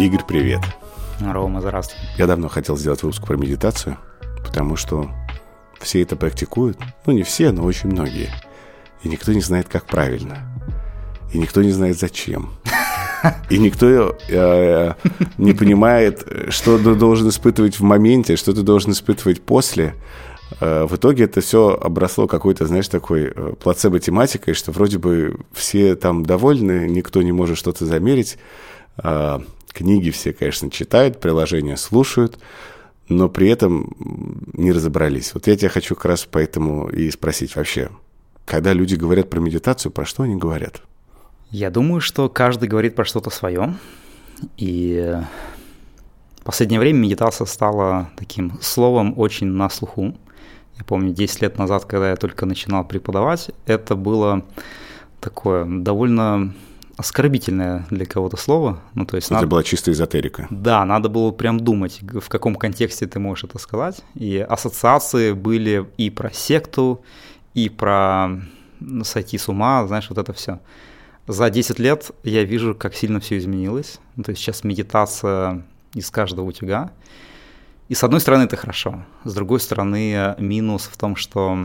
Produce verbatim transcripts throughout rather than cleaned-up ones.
Игорь, привет. Рома, здравствуй. Я давно хотел сделать выпуск про медитацию, потому что все это практикуют. Ну, не все, но очень многие. И никто не знает, как правильно. И никто не знает, зачем. И никто э, не понимает, что ты должен испытывать в моменте, что ты должен испытывать после. Э, в итоге это все обросло какой-то, знаешь, такой э, плацебо-тематикой, что вроде бы все там довольны, никто не может что-то замерить. Э, книги все, конечно, читают, приложения слушают, но при этом не разобрались. Вот я тебя хочу как раз поэтому и спросить вообще, когда люди говорят про медитацию, про что они говорят? Я думаю, что каждый говорит про что-то свое, и в последнее время медитация стала таким словом очень на слуху. Я помню, десять лет назад, когда я только начинал преподавать, это было такое довольно оскорбительное для кого-то слово. Ну, то есть это надо... была чистая эзотерика. Да, надо было прям думать, в каком контексте ты можешь это сказать. И ассоциации были и про секту, и про сойти с ума, знаешь, вот это все. За десять лет я вижу, как сильно все изменилось. Ну, то есть сейчас медитация из каждого утюга. И с одной стороны это хорошо, с другой стороны минус в том, что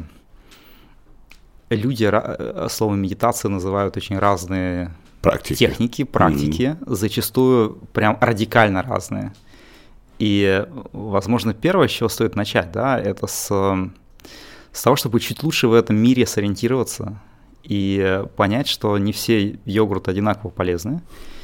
люди словом медитация называют очень разные практики. техники, практики, mm-hmm. зачастую прям радикально разные. И, возможно, первое, с чего стоит начать, да, это с, с того, чтобы чуть лучше в этом мире сориентироваться и понять, что не все йогурты одинаково полезны.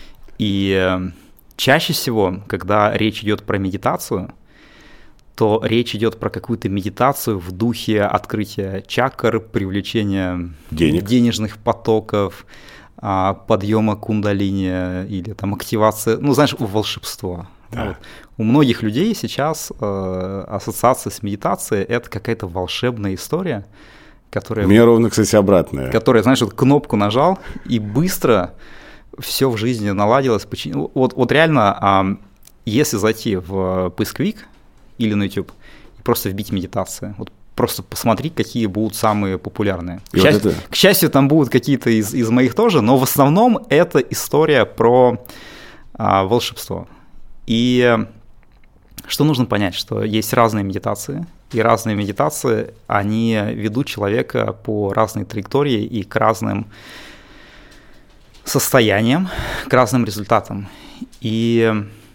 И чаще всего, когда речь идет про медитацию, то речь идет про какую-то медитацию в духе открытия чакр, привлечения Денег. денежных потоков, подъема кундалини или там активации, ну, знаешь, волшебство. Да. Вот. У многих людей сейчас э, ассоциация с медитацией – это какая-то волшебная история, которая… У меня ровно, кстати, обратная. Которая, знаешь, вот кнопку нажал, и быстро все в жизни наладилось. Вот, вот реально, а, если зайти в поисковик или на YouTube и просто вбить медитация, вот просто посмотри, какие будут самые популярные. К, вот счастью, это... к счастью, там будут какие-то из, из моих тоже, но в основном это история про а, волшебство. И что нужно понять, что есть разные медитации, и разные медитации, они ведут человека по разной траектории и к разным состояниям, к разным результатам. И,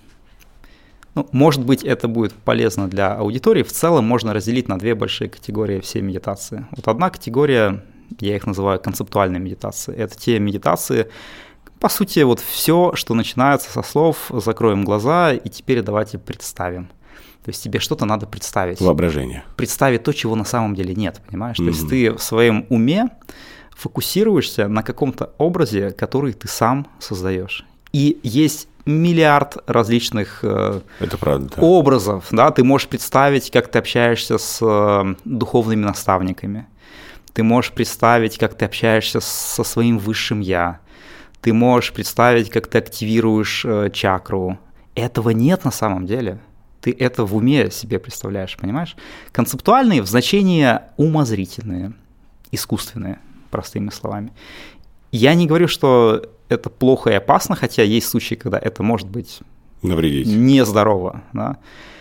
ну, может быть, это будет полезно для аудитории. В целом можно разделить на две большие категории все медитации. Вот одна категория, я их называю концептуальные медитации. Это те медитации, по сути, вот все, что начинается со слов «закроем глаза» и теперь давайте представим. То есть тебе что-то надо представить. Воображение. Представить то, чего на самом деле нет, понимаешь? Mm-hmm. То есть ты в своем уме фокусируешься на каком-то образе, который ты сам создаешь. И есть миллиард различных э, Это правда, да. образов. Да? Ты можешь представить, как ты общаешься с э, духовными наставниками. Ты можешь представить, как ты общаешься со своим высшим «я». Ты можешь представить, как ты активируешь э, чакру. Этого нет на самом деле. Ты это в уме себе представляешь, понимаешь? Концептуальные в значении умозрительные, искусственные, простыми словами. Я не говорю, что это плохо и опасно, хотя есть случаи, когда это может быть навредить, нездорово. Да?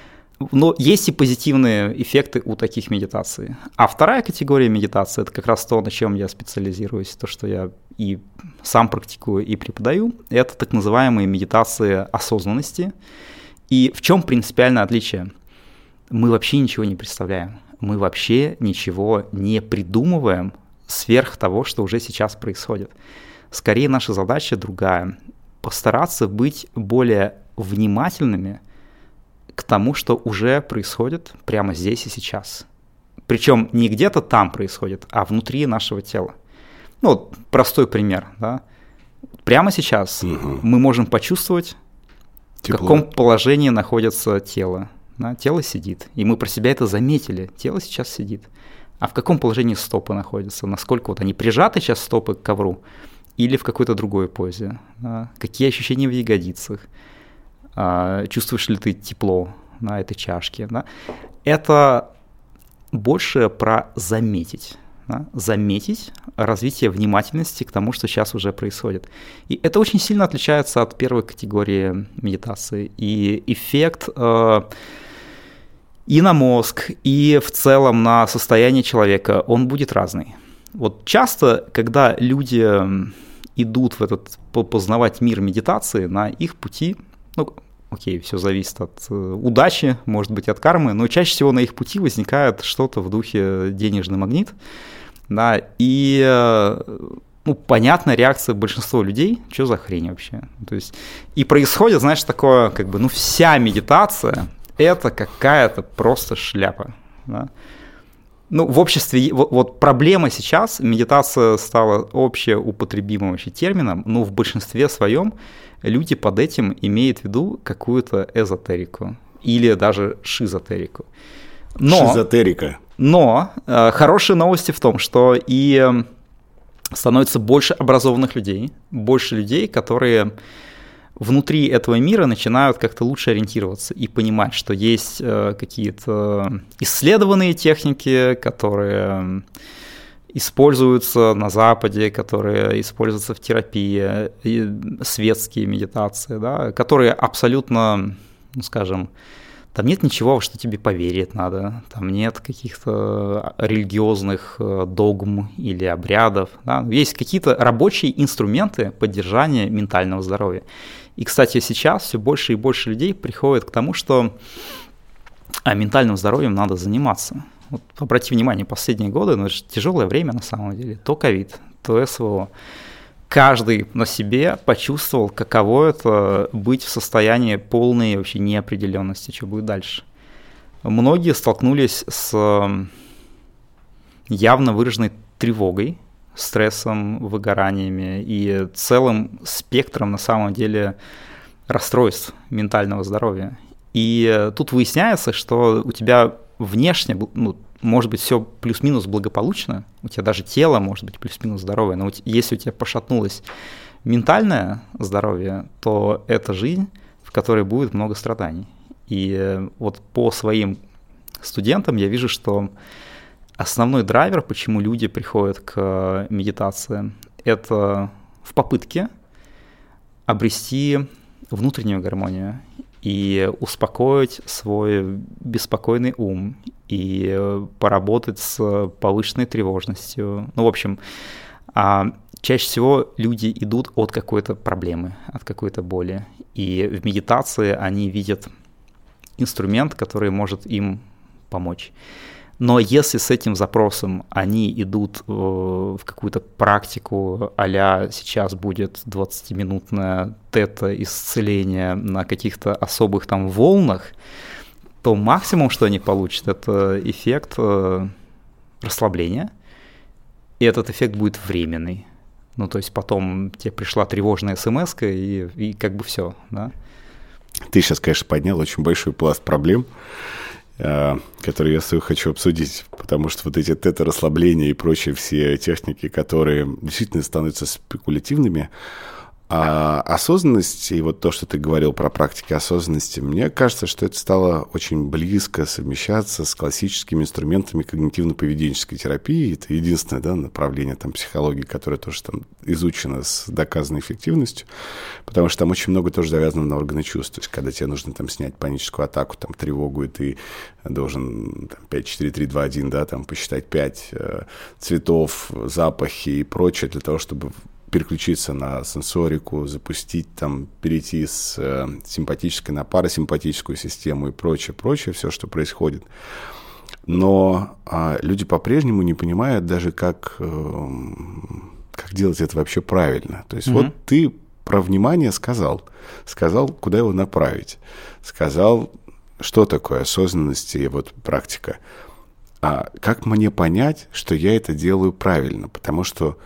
Но есть и позитивные эффекты у таких медитаций. А вторая категория медитации – это как раз то, на чем я специализируюсь, то, что я и сам практикую, и преподаю. Это так называемые медитации осознанности. И в чем принципиальное отличие? Мы вообще ничего не представляем. Мы вообще ничего не придумываем сверх того, что уже сейчас происходит. Скорее, наша задача другая. Постараться быть более внимательными к тому, что уже происходит прямо здесь и сейчас. Причем не где-то там происходит, а внутри нашего тела. Ну, вот простой пример. Да? Прямо сейчас угу. мы можем почувствовать, Тепло. В каком положении находится тело. Да? Тело сидит, и мы про себя это заметили. Тело сейчас сидит. А в каком положении стопы находятся? Насколько вот они прижаты сейчас стопы к ковру или в какой-то другой позе? Да? Какие ощущения в ягодицах? А, чувствуешь ли ты тепло на этой чашке? Да? Это больше про заметить. да, заметить развитие внимательности к тому, что сейчас уже происходит. И это очень сильно отличается от первой категории медитации. И эффект э, и на мозг, и в целом на состояние человека, он будет разный. Вот часто, когда люди идут в этот познавать мир медитации, на их пути, ну, окей, все зависит от удачи, может быть, от кармы, но чаще всего на их пути возникает что-то в духе денежный магнит, да, и, ну, понятная реакция большинства людей, что за хрень вообще, то есть, и происходит, знаешь, такое, как бы, ну, вся медитация – это какая-то просто шляпа, да. Ну, в обществе, вот, вот проблема сейчас, медитация стала общеупотребимым вообще термином, но в большинстве своем люди под этим имеют в виду какую-то эзотерику или даже шизотерику. Но, Шизотерика. Но э, хорошие новости в том, что и становится больше образованных людей, больше людей, которые внутри этого мира начинают как-то лучше ориентироваться и понимать, что есть э, какие-то исследованные техники, которые используются на Западе, которые используются в терапии, светские медитации, да, которые абсолютно, ну, скажем, там нет ничего, во что тебе поверить надо, там нет каких-то религиозных догм или обрядов, да. Есть какие-то рабочие инструменты поддержания ментального здоровья. И, кстати, сейчас все больше и больше людей приходят к тому, что ментальным здоровьем надо заниматься. Вот обрати внимание, последние годы, ну, это же тяжелое время на самом деле, то ковид, то СВО. Каждый на себе почувствовал, каково это быть в состоянии полной вообще неопределенности, что будет дальше. Многие столкнулись с явно выраженной тревогой, стрессом, выгораниями и целым спектром, на самом деле, расстройств ментального здоровья. И тут выясняется, что у тебя внешне, ну, может быть, все плюс-минус благополучно, у тебя даже тело может быть плюс-минус здоровое, но если у тебя пошатнулось ментальное здоровье, то это жизнь, в которой будет много страданий. И вот по своим студентам я вижу, что основной драйвер, почему люди приходят к медитации, это в попытке обрести внутреннюю гармонию и успокоить свой беспокойный ум, и поработать с повышенной тревожностью. Ну, в общем, чаще всего люди идут от какой-то проблемы, от какой-то боли. И в медитации они видят инструмент, который может им помочь. Но если с этим запросом они идут в какую-то практику, а-ля сейчас будет двадцатиминутное тета-исцеление на каких-то особых там волнах, то максимум, что они получат, это эффект расслабления, и этот эффект будет временный. Ну, то есть потом тебе пришла тревожная смс-ка, и, и как бы все, да? Ты сейчас, конечно, поднял очень большой пласт проблем, которые я с тобой хочу обсудить, потому что вот эти тета-расслабления и прочие все техники, которые действительно становятся спекулятивными, а осознанность, и вот то, что ты говорил про практики осознанности, мне кажется, что это стало очень близко совмещаться с классическими инструментами когнитивно-поведенческой терапии. Это единственное, да, направление там, психологии, которое тоже там изучено с доказанной эффективностью, потому что там очень много тоже завязано на органы чувств. То есть, когда тебе нужно там, снять паническую атаку, там, тревогу, и ты должен там, пять, четыре, три, два, один, да, там, посчитать пять э, цветов, запахи и прочее для того, чтобы переключиться на сенсорику, запустить, там, перейти с э, симпатической на парасимпатическую систему и прочее, прочее, все, что происходит. Но э, люди по-прежнему не понимают даже, как, э, как делать это вообще правильно. То есть mm-hmm. вот ты про внимание сказал, сказал, куда его направить, сказал, что такое осознанность и вот практика. А как мне понять, что я это делаю правильно? Потому что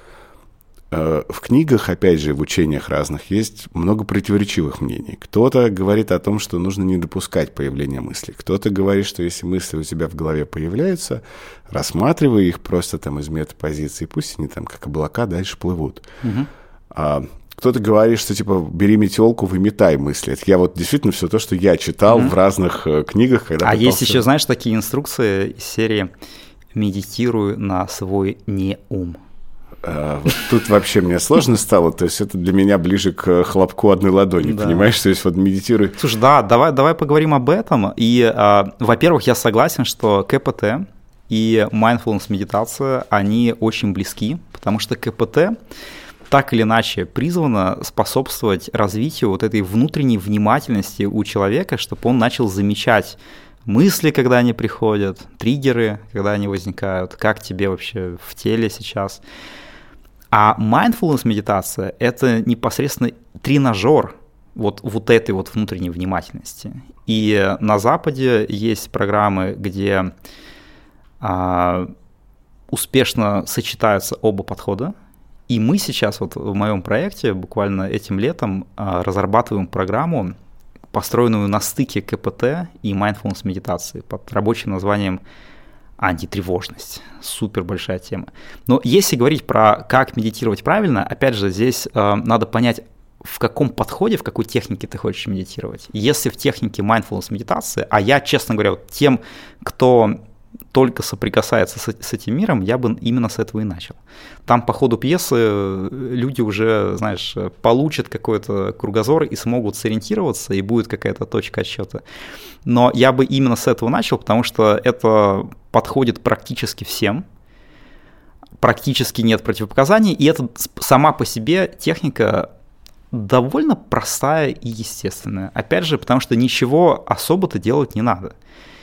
в книгах, опять же, в учениях разных есть много противоречивых мнений. Кто-то говорит о том, что нужно не допускать появления мыслей. Кто-то говорит, что если мысли у тебя в голове появляются, рассматривай их просто там из метапозиции, пусть они там как облака дальше плывут. Угу. А кто-то говорит, что типа бери метелку, выметай мысли. Это я вот действительно все то, что я читал угу. в разных книгах. Когда а пытался... есть еще, знаешь, такие инструкции из серии медитирую на свой неум. А, вот тут вообще мне сложно стало, то есть это для меня ближе к хлопку одной ладони, да. Понимаешь, то есть вот медитирую. Слушай, да, давай, давай поговорим об этом. И, а, во-первых, я согласен, что КПТ и mindfulness медитация, они очень близки, потому что КПТ так или иначе призвано способствовать развитию вот этой внутренней внимательности у человека, чтобы он начал замечать мысли, когда они приходят, триггеры, когда они возникают, как тебе вообще в теле сейчас. А mindfulness медитация – это непосредственно тренажер вот, вот этой вот внутренней внимательности. И на Западе есть программы, где а, успешно сочетаются оба подхода. И мы сейчас вот в моем проекте буквально этим летом а, разрабатываем программу, построенную на стыке КПТ и mindfulness медитации под рабочим названием антитревожность. Супер большая тема. Но если говорить про как медитировать правильно, опять же, здесь э, надо понять, в каком подходе, в какой технике ты хочешь медитировать. Если в технике mindfulness медитации, а я, честно говоря, вот тем, кто только соприкасается с, с этим миром, я бы именно с этого и начал. Там по ходу пьесы люди уже, знаешь, получат какой-то кругозор и смогут сориентироваться, и будет какая-то точка отсчета. Но я бы именно с этого начал, потому что это подходит практически всем, практически нет противопоказаний, и это сама по себе техника довольно простая и естественная. Опять же, потому что ничего особо-то делать не надо.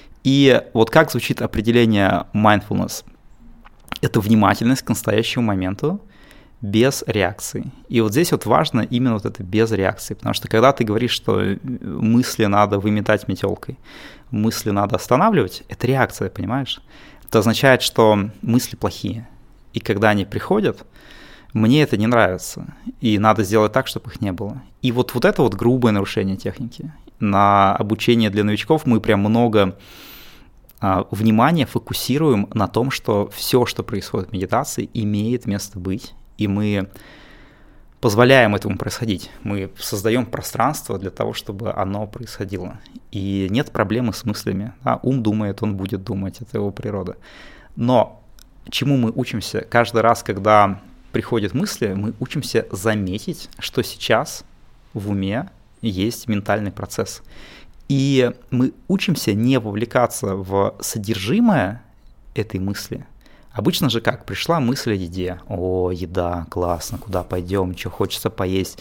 И вот как звучит определение mindfulness? Это внимательность к настоящему моменту без реакции. И вот здесь вот важно именно вот это без реакции, потому что когда ты говоришь, что мысли надо выметать метелкой, мысли надо останавливать, это реакция, понимаешь? Это означает, что мысли плохие. И когда они приходят, мне это не нравится, и надо сделать так, чтобы их не было. И вот, вот это вот грубое нарушение техники. На обучение для новичков мы прям много а, внимания фокусируем на том, что все, что происходит в медитации, имеет место быть, и мы позволяем этому происходить. Мы создаем пространство для того, чтобы оно происходило. И нет проблемы с мыслями. Да? Ум думает, он будет думать, это его природа. Но чему мы учимся? Каждый раз, когда приходят мысли, мы учимся заметить, что сейчас в уме есть ментальный процесс. И мы учимся не вовлекаться в содержимое этой мысли. Обычно же как? Пришла мысль о еде. О, еда, классно, куда пойдем, что хочется поесть.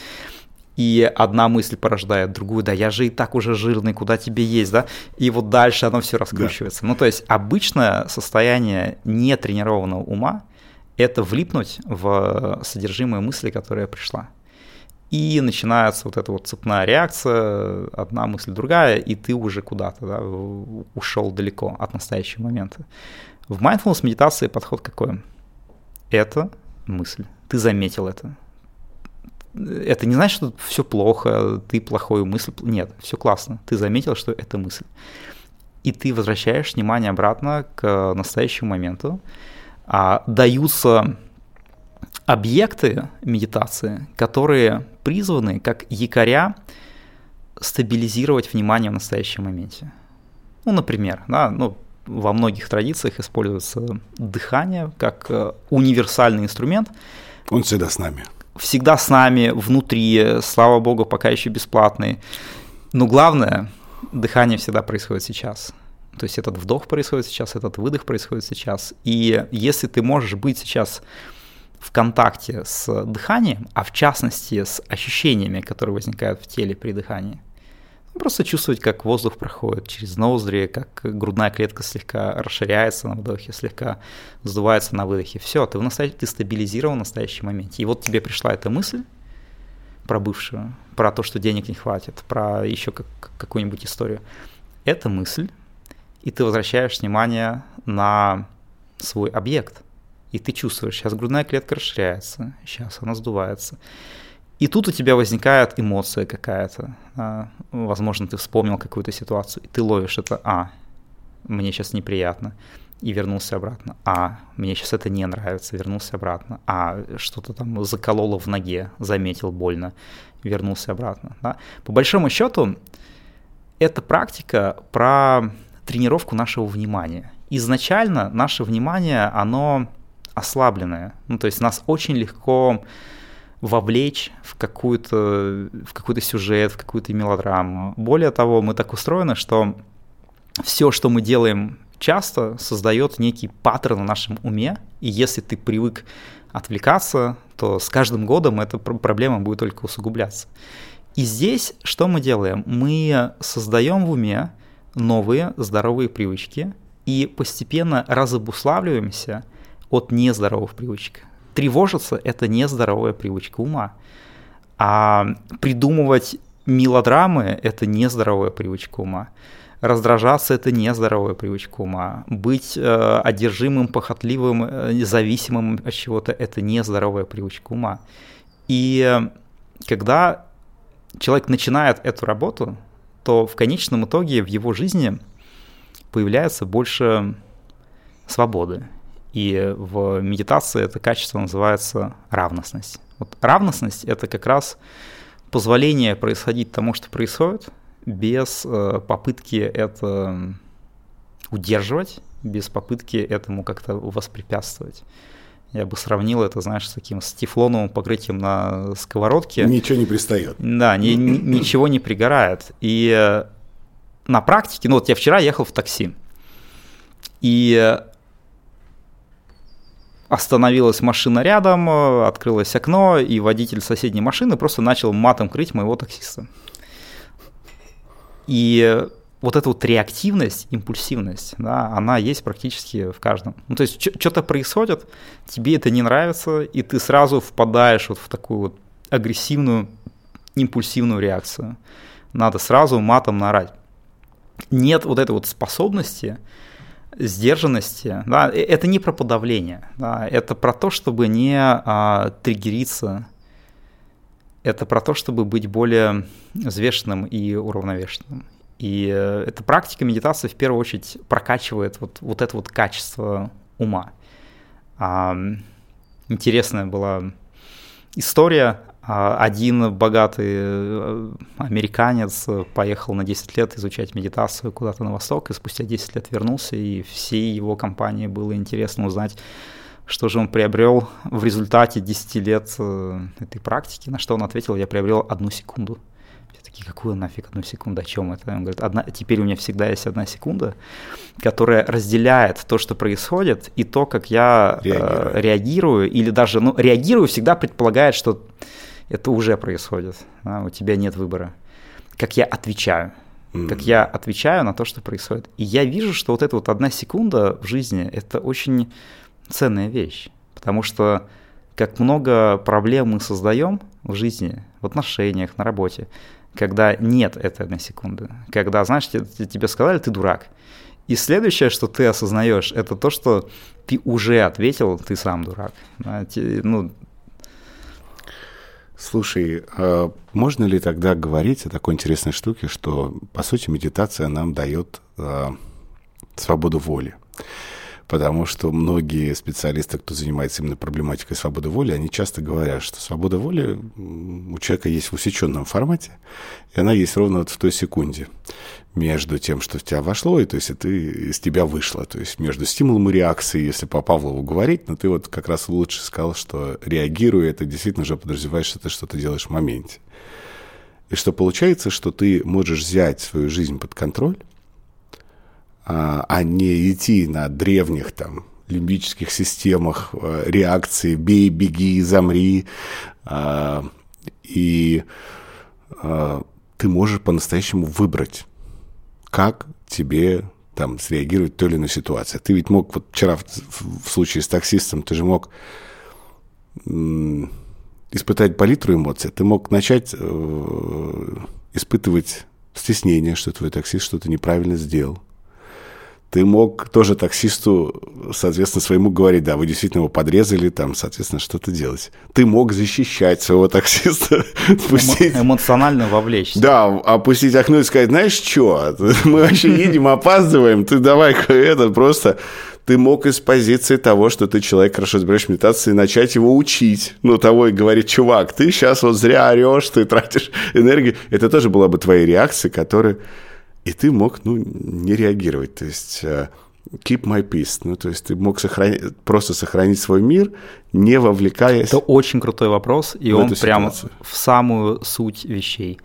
И одна мысль порождает другую. Да я же и так уже жирный, куда тебе есть, да? И вот дальше оно все раскручивается. Да. Ну, то есть обычное состояние нетренированного ума – это влипнуть в содержимое мысли, которая пришла. И начинается вот эта вот цепная реакция, одна мысль, другая, и ты уже куда-то, да, ушел далеко от настоящего момента. В mindfulness медитации подход какой? Это мысль. Ты заметил это. Это не значит, что все плохо, ты плохой мысль. Нет, все классно. Ты заметил, что это мысль. И ты возвращаешь внимание обратно к настоящему моменту. А, даются объекты медитации, которые призваны как якоря стабилизировать внимание в настоящем моменте. Ну, например, да, ну, во многих традициях используется дыхание как универсальный инструмент. Он всегда с нами. Всегда с нами, внутри, слава богу, пока еще бесплатный. Но главное, дыхание всегда происходит сейчас. То есть этот вдох происходит сейчас, этот выдох происходит сейчас. И если ты можешь быть сейчас в контакте с дыханием, а в частности с ощущениями, которые возникают в теле при дыхании, просто чувствовать, как воздух проходит через ноздри, как грудная клетка слегка расширяется на вдохе, слегка сдувается на выдохе. Все, ты, в настоящ... ты стабилизирован в настоящем моменте. И вот тебе пришла эта мысль про бывшую, про то, что денег не хватит, про еще как... какую-нибудь историю. Это мысль, и ты возвращаешь внимание на свой объект. И ты чувствуешь, сейчас грудная клетка расширяется, сейчас она сдувается. И тут у тебя возникает эмоция какая-то. А, возможно, ты вспомнил какую-то ситуацию, и ты ловишь это. А, мне сейчас неприятно. И вернулся обратно. А, мне сейчас это не нравится. Вернулся обратно. А, что-то там закололо в ноге. Заметил больно. Вернулся обратно. Да? По большому счету, это практика про тренировку нашего внимания. изначально наше внимание, оно ослабленное. Ну, то есть нас очень легко вовлечь в, какую-то, в какой-то сюжет, в какую-то мелодраму. Более того, мы так устроены, что все, что мы делаем часто, создает некий паттерн в нашем уме, и если ты привык отвлекаться, то с каждым годом эта проблема будет только усугубляться. И здесь что мы делаем? Мы создаем в уме новые здоровые привычки и постепенно разобуславливаемся от нездоровых привычек. Тревожиться – это нездоровая привычка ума, а придумывать мелодрамы – это нездоровая привычка ума. Раздражаться – это нездоровая привычка ума. Быть э, одержимым, похотливым, э, зависимым от чего-то – это нездоровая привычка ума. И э, когда человек начинает эту работу, то в конечном итоге в его жизни появляется больше свободы. И в медитации это качество называется равностность. Вот равностность – это как раз позволение происходить тому, что происходит, без э, попытки это удерживать, без попытки этому как-то воспрепятствовать. Я бы сравнил это, знаешь, с таким с тефлоновым покрытием на сковородке. Ничего не пристает. Да, ни, ни, ничего не пригорает. И э, на практике, ну вот я вчера ехал в такси, и остановилась машина рядом, открылось окно, и водитель соседней машины просто начал матом крыть моего таксиста. И вот эта вот реактивность, импульсивность, да, она есть практически в каждом. Ну, то есть что-то происходит, тебе это не нравится, и ты сразу впадаешь вот в такую вот агрессивную, импульсивную реакцию. Надо сразу матом наорать. Нет вот этой вот способности, сдержанности, да, это не про подавление, да, это про то, чтобы не а, триггериться, это про то, чтобы быть более взвешенным и уравновешенным. И э, эта практика медитации в первую очередь прокачивает вот, вот это вот качество ума. А, интересная была история. Один богатый американец поехал на десять лет изучать медитацию куда-то на восток, и спустя десять лет вернулся, и всей его компании было интересно узнать, что же он приобрел в результате десяти лет этой практики. На что он ответил: я приобрел одну секунду. Все такие: какую нафиг одну секунду, о чем это? Он говорит: одна, теперь у меня всегда есть одна секунда, которая разделяет то, что происходит, и то, как я реагирую, э, реагирую или даже, ну, реагирую всегда предполагает, что это уже происходит, да, у тебя нет выбора. Как я отвечаю, mm-hmm. как я отвечаю на то, что происходит. И я вижу, что вот эта вот одна секунда в жизни – это очень ценная вещь, потому что как много проблем мы создаем в жизни, в отношениях, на работе, когда нет этой одной секунды. Когда, знаешь, тебе, тебе сказали: ты дурак. И следующее, что ты осознаешь, это то, что ты уже ответил: ты сам дурак. Ну, Слушай, а можно ли тогда говорить о такой интересной штуке, что, по сути, медитация нам дает а, свободу воли? Потому что многие специалисты, кто занимается именно проблематикой свободы воли, они часто говорят, что свобода воли у человека есть в усеченном формате, и она есть ровно вот в той секунде между тем, что в тебя вошло, и то есть ты, из тебя вышло. То есть между стимулом и реакцией, если по Павлову говорить, но ты вот как раз лучше сказал, что реагируя, это действительно уже подразумевает, что ты что-то делаешь в моменте. И что получается, что ты можешь взять свою жизнь под контроль, а не идти на древних там лимбических системах реакции «бей, беги, замри», и ты можешь по-настоящему выбрать, как тебе там среагировать в той или иной ситуации. Ты ведь мог, вот вчера в, в случае с таксистом, ты же мог м- испытать палитру эмоций, ты мог начать э- испытывать стеснение, что твой таксист что-то неправильно сделал. Ты мог тоже таксисту, соответственно, своему говорить: да, вы действительно его подрезали, там, соответственно, что-то делать. Ты мог защищать своего таксиста, пустить... Эмо- эмоционально вовлечься. Да, опустить окно и сказать: знаешь что, мы вообще едем, опаздываем, ты давай-ка это просто... Ты мог из позиции того, что ты человек, хорошо разбираешь в медитации, начать его учить. Ну, того и говорить: чувак, ты сейчас вот зря орешь, ты тратишь энергию. Это тоже была бы твоя реакция, которая... И ты мог, ну, не реагировать. То есть keep my peace. Ну, то есть ты мог сохранить, просто сохранить свой мир, не вовлекаясь. Это очень крутой вопрос, и он прямо в самую суть вещей.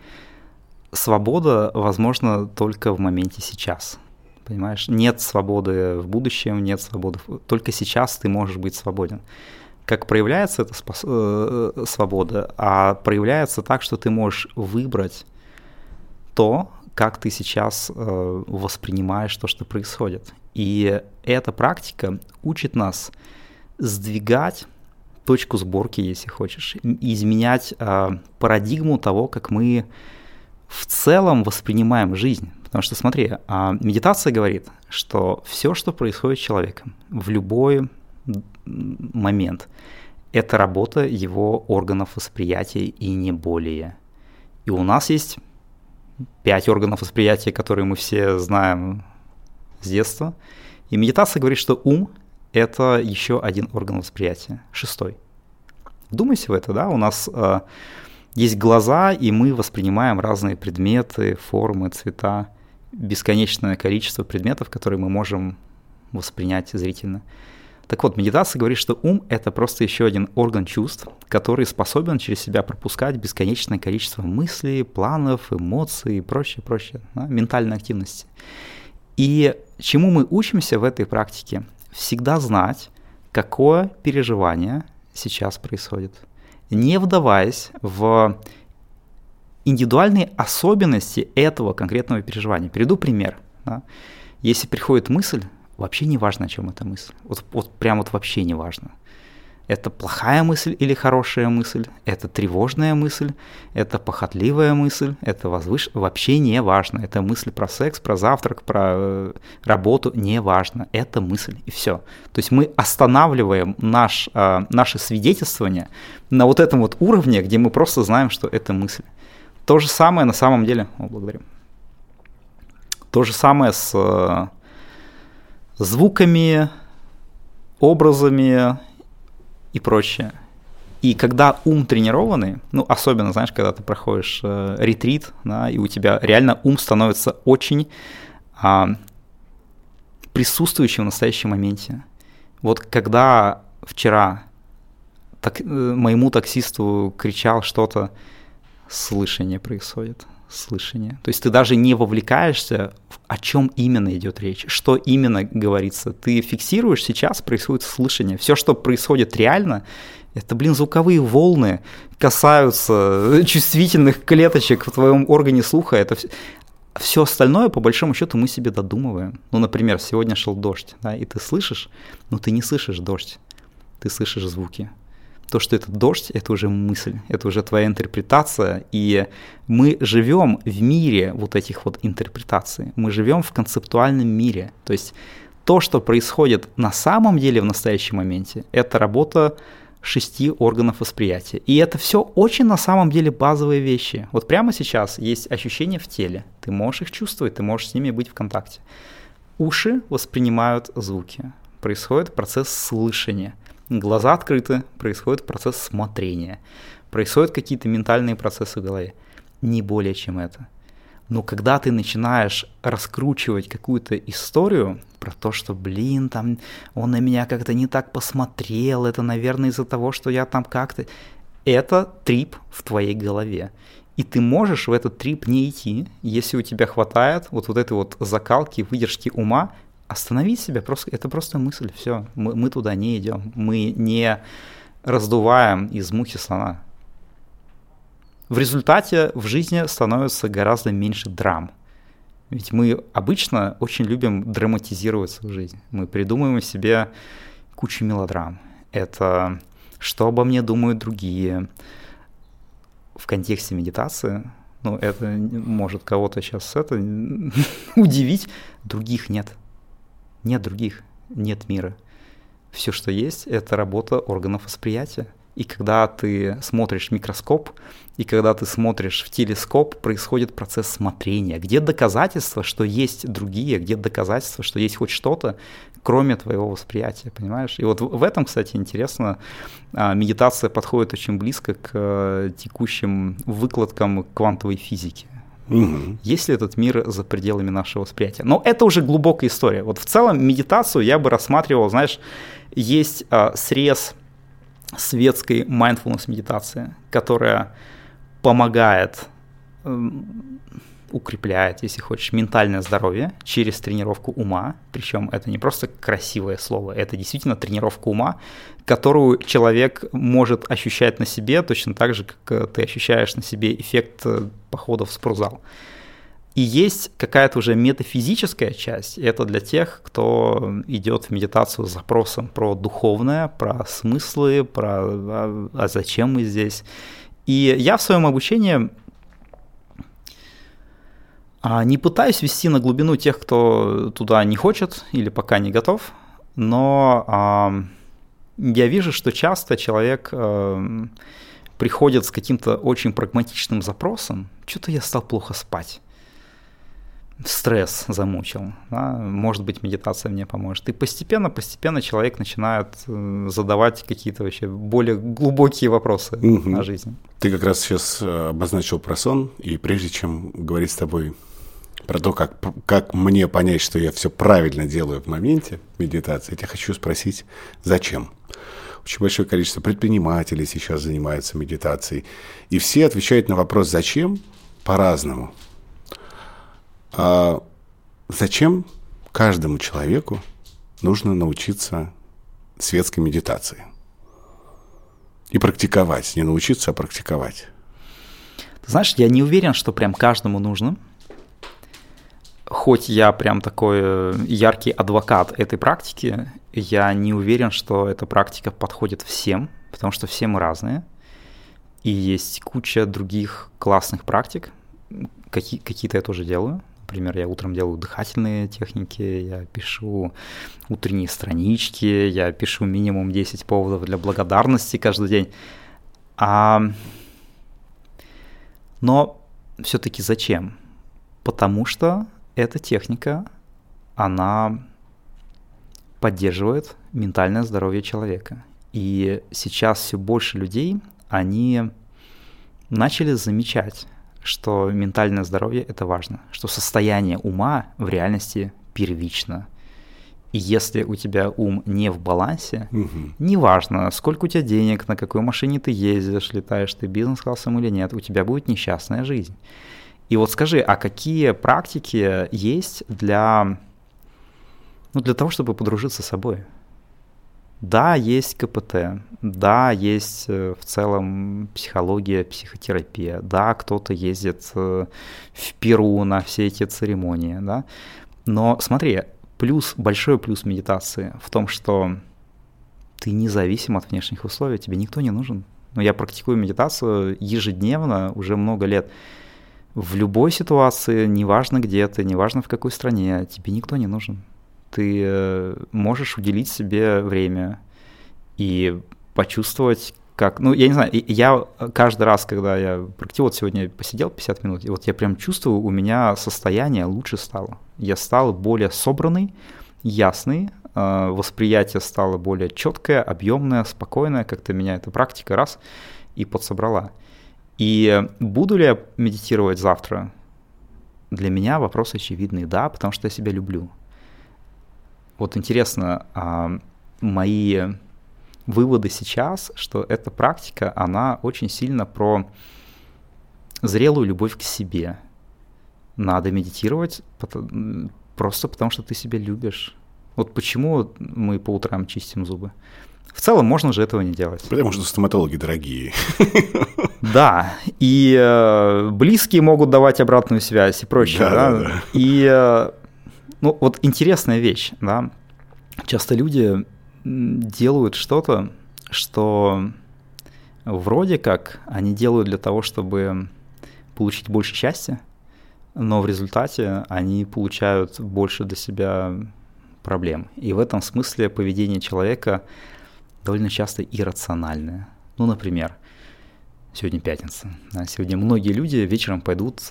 Свобода возможна только в моменте сейчас. Понимаешь? Нет свободы в будущем, нет свободы. Только сейчас ты можешь быть свободен. Как проявляется эта спос... свобода? А проявляется так, что ты можешь выбрать то, как ты сейчас э, воспринимаешь то, что происходит. И эта практика учит нас сдвигать точку сборки, если хочешь, изменять э, парадигму того, как мы в целом воспринимаем жизнь. Потому что, смотри, э, медитация говорит, что все, что происходит с человеком в любой момент, это работа его органов восприятия и не более. И у нас есть пять органов восприятия, которые мы все знаем с детства. И медитация говорит, что ум – это еще один орган восприятия, шестой. Вдумайся в это, да? У нас э, есть глаза, и мы воспринимаем разные предметы, формы, цвета, бесконечное количество предметов, которые мы можем воспринять зрительно. Так вот, медитация говорит, что ум – это просто еще один орган чувств, который способен через себя пропускать бесконечное количество мыслей, планов, эмоций и прочее, прочее, да, ментальной активности. И чему мы учимся в этой практике? Всегда знать, какое переживание сейчас происходит, не вдаваясь в индивидуальные особенности этого конкретного переживания. Приведу пример. Да. Если приходит мысль, вообще не важно, о чем эта мысль. Вот, вот прям вот вообще не важно. Это плохая мысль или хорошая мысль, это тревожная мысль, это похотливая мысль, это возвышенная. Вообще не важно. Это мысль про секс, про завтрак, про работу. Не важно. Это мысль, и все. То есть мы останавливаем наш, э, наше свидетельствование на вот этом вот уровне, где мы просто знаем, что это мысль. То же самое на самом деле. О, благодарю. То же самое с э, звуками, образами и прочее. И когда ум тренированный, ну, особенно, знаешь, когда ты проходишь э, ретрит, да, и у тебя реально ум становится очень э, присутствующим в настоящем моменте. Вот когда вчера так, э, моему таксисту кричал что-то, слышание происходит. Слышание. То есть ты даже не вовлекаешься, о чем именно идет речь, что именно говорится. Ты фиксируешь, сейчас происходит слышание. Все, что происходит реально, это, блин, звуковые волны касаются чувствительных клеточек в твоем органе слуха. Это все, все остальное, по большому счету, мы себе додумываем. Ну, например, сегодня шел дождь, да, и ты слышишь, но ты не слышишь дождь, ты слышишь звуки. То, что это дождь, это уже мысль, это уже твоя интерпретация, и мы живем в мире вот этих вот интерпретаций, мы живем в концептуальном мире, то есть то, что происходит на самом деле в настоящем моменте, это работа шести органов восприятия, и это все очень на самом деле базовые вещи. Вот прямо сейчас есть ощущения в теле, ты можешь их чувствовать, ты можешь с ними быть в контакте. Уши воспринимают звуки, происходит процесс слышания. Глаза открыты, происходит процесс смотрения, происходят какие-то ментальные процессы в голове. Не более чем это. Но когда ты начинаешь раскручивать какую-то историю про то, что, блин, там он на меня как-то не так посмотрел, это, наверное, из-за того, что я там как-то... Это трип в твоей голове. И ты можешь в этот трип не идти, если у тебя хватает вот, вот этой вот закалки, выдержки ума, остановить себя, просто, это просто мысль, все, мы, мы туда не идем, мы не раздуваем из мухи слона. В результате в жизни становится гораздо меньше драм. Ведь мы обычно очень любим драматизировать свою жизнь. Мы придумываем себе кучу мелодрам. Это что обо мне думают другие. В контексте медитации, ну, это может кого-то сейчас это удивить, других нет. Нет других, нет мира. Все, что есть, это работа органов восприятия. И когда ты смотришь в микроскоп, и когда ты смотришь в телескоп, происходит процесс смотрения. Где доказательства, что есть другие, где доказательства, что есть хоть что-то, кроме твоего восприятия, понимаешь? И вот в этом, кстати, интересно, медитация подходит очень близко к текущим выкладкам квантовой физики. Угу. Есть ли этот мир за пределами нашего восприятия? Но это уже глубокая история. Вот в целом медитацию я бы рассматривал, знаешь, есть а, срез светской mindfulness медитации, которая помогает, э, укрепляет, если хочешь, ментальное здоровье через тренировку ума. Причем это не просто красивое слово, это действительно тренировка ума, которую человек может ощущать на себе точно так же, как ты ощущаешь на себе эффект похода в спортзал. И есть какая-то уже метафизическая часть, это для тех, кто идет в медитацию с запросом про духовное, про смыслы, про а, а зачем мы здесь. И я в своем обучении а, не пытаюсь вести на глубину тех, кто туда не хочет или пока не готов, но а, я вижу, что часто человек а, приходит с каким-то очень прагматичным запросом, что-то я стал плохо спать. Стресс замучил, да? Может быть, медитация мне поможет. И постепенно-постепенно человек начинает задавать какие-то вообще более глубокие вопросы угу. о жизни. Ты как раз сейчас обозначил про сон, и прежде чем говорить с тобой про то, как, как мне понять, что я все правильно делаю в моменте медитации, я тебя хочу спросить, зачем? Очень большое количество предпринимателей сейчас занимаются медитацией, и все отвечают на вопрос «зачем?» по-разному. А зачем каждому человеку нужно научиться светской медитации? И практиковать. Не научиться, а практиковать. Ты знаешь, я не уверен, что прям каждому нужно. Хоть я прям такой яркий адвокат этой практики, я не уверен, что эта практика подходит всем, потому что все мы разные. И есть куча других классных практик. Какие- какие-то я тоже делаю. Например, я утром делаю дыхательные техники, я пишу утренние странички, я пишу минимум десять поводов для благодарности каждый день. А... Но все-таки зачем? Потому что эта техника, она поддерживает ментальное здоровье человека. И сейчас все больше людей, они начали замечать, что ментальное здоровье – это важно, что состояние ума в реальности первично. И если у тебя ум не в балансе, угу. неважно, сколько у тебя денег, на какой машине ты ездишь, летаешь ты бизнес-классом или нет, у тебя будет несчастная жизнь. И вот скажи, а какие практики есть для, ну, для того, чтобы подружиться с собой? Да, есть ка пэ тэ, да, есть в целом психология, психотерапия, да, кто-то ездит в Перу на все эти церемонии, да. Но смотри, плюс, большой плюс медитации в том, что ты независим от внешних условий, тебе никто не нужен. Но я практикую медитацию ежедневно уже много лет. В любой ситуации, неважно где ты, неважно в какой стране, тебе никто не нужен. Ты можешь уделить себе время и почувствовать, как... Ну, я не знаю, я каждый раз, когда я практикую, вот сегодня посидел пятьдесят минут, и вот я прям чувствую, у меня состояние лучше стало. Я стал более собранный, ясный, восприятие стало более четкое, объемное, спокойное, как-то меня эта практика раз и подсобрала. И буду ли я медитировать завтра? Для меня вопрос очевидный, да, потому что я себя люблю. Вот интересно, мои выводы сейчас, что эта практика, она очень сильно про зрелую любовь к себе. Надо медитировать просто потому, что ты себя любишь. Вот почему мы по утрам чистим зубы? В целом можно же этого не делать. Потому что стоматологи дорогие. Да, и близкие могут давать обратную связь и прочее. Да, да? Да, да. И... Ну, вот интересная вещь, да, часто люди делают что-то, что вроде как они делают для того, чтобы получить больше счастья, но в результате они получают больше для себя проблем. И в этом смысле поведение человека довольно часто иррациональное. Ну, например, сегодня пятница, да, сегодня многие люди вечером пойдут...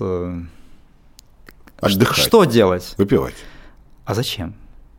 Отдыхать. Что делать? Выпивать. А зачем?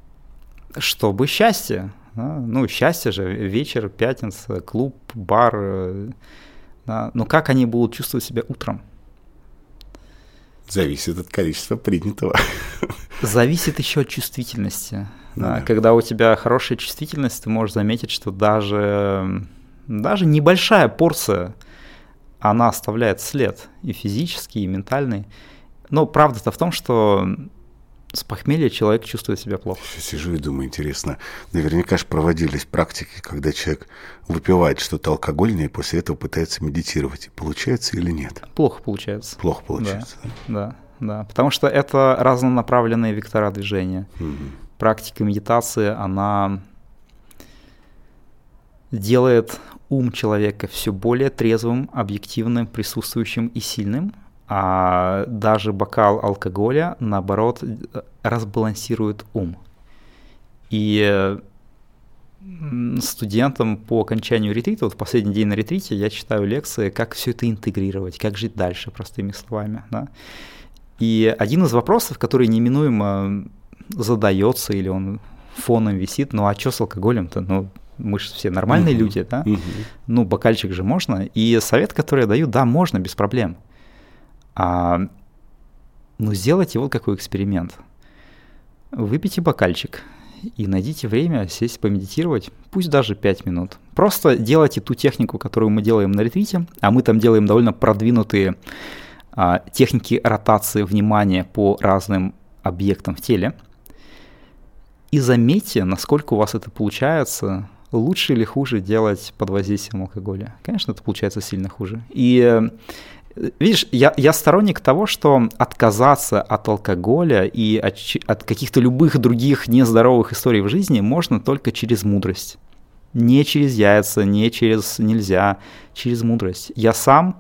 Чтобы счастье. Да? Ну, счастье же, вечер, пятница, клуб, бар. Да? Но как они будут чувствовать себя утром? Зависит от количества принятого. Зависит еще от чувствительности. Ну, да. да. Когда у тебя хорошая чувствительность, ты можешь заметить, что даже, даже небольшая порция, она оставляет след и физический, и ментальный. Но правда-то в том, что с похмелья человек чувствует себя плохо. Сейчас сижу и думаю, интересно, наверняка же проводились практики, когда человек выпивает что-то алкогольное и после этого пытается медитировать. Получается или нет? Плохо получается. Плохо получается. Да, да, да. Потому что это разнонаправленные вектора движения. Угу. Практика медитации, она делает ум человека все более трезвым, объективным, присутствующим и сильным. А даже бокал алкоголя, наоборот, разбалансирует ум. И студентам по окончанию ретрита, вот в последний день на ретрите я читаю лекции, как все это интегрировать, как жить дальше, простыми словами. Да? И один из вопросов, который неминуемо задается, или он фоном висит, ну а что с алкоголем-то? Ну, мы же все нормальные uh-huh. люди, да? Uh-huh. Ну, бокальчик же можно. И совет, который я даю, да, можно, без проблем. А, ну, сделайте вот какой эксперимент. Выпейте бокальчик и найдите время сесть помедитировать, пусть даже пять минут. Просто делайте ту технику, которую мы делаем на ретрите, а мы там делаем довольно продвинутые а, техники ротации внимания по разным объектам в теле. И заметьте, насколько у вас это получается, лучше или хуже делать под воздействием алкоголя. Конечно, это получается сильно хуже. И видишь, я, я сторонник того, что отказаться от алкоголя и от, от каких-то любых других нездоровых историй в жизни можно только через мудрость. Не через яйца, не через нельзя, через мудрость. Я сам,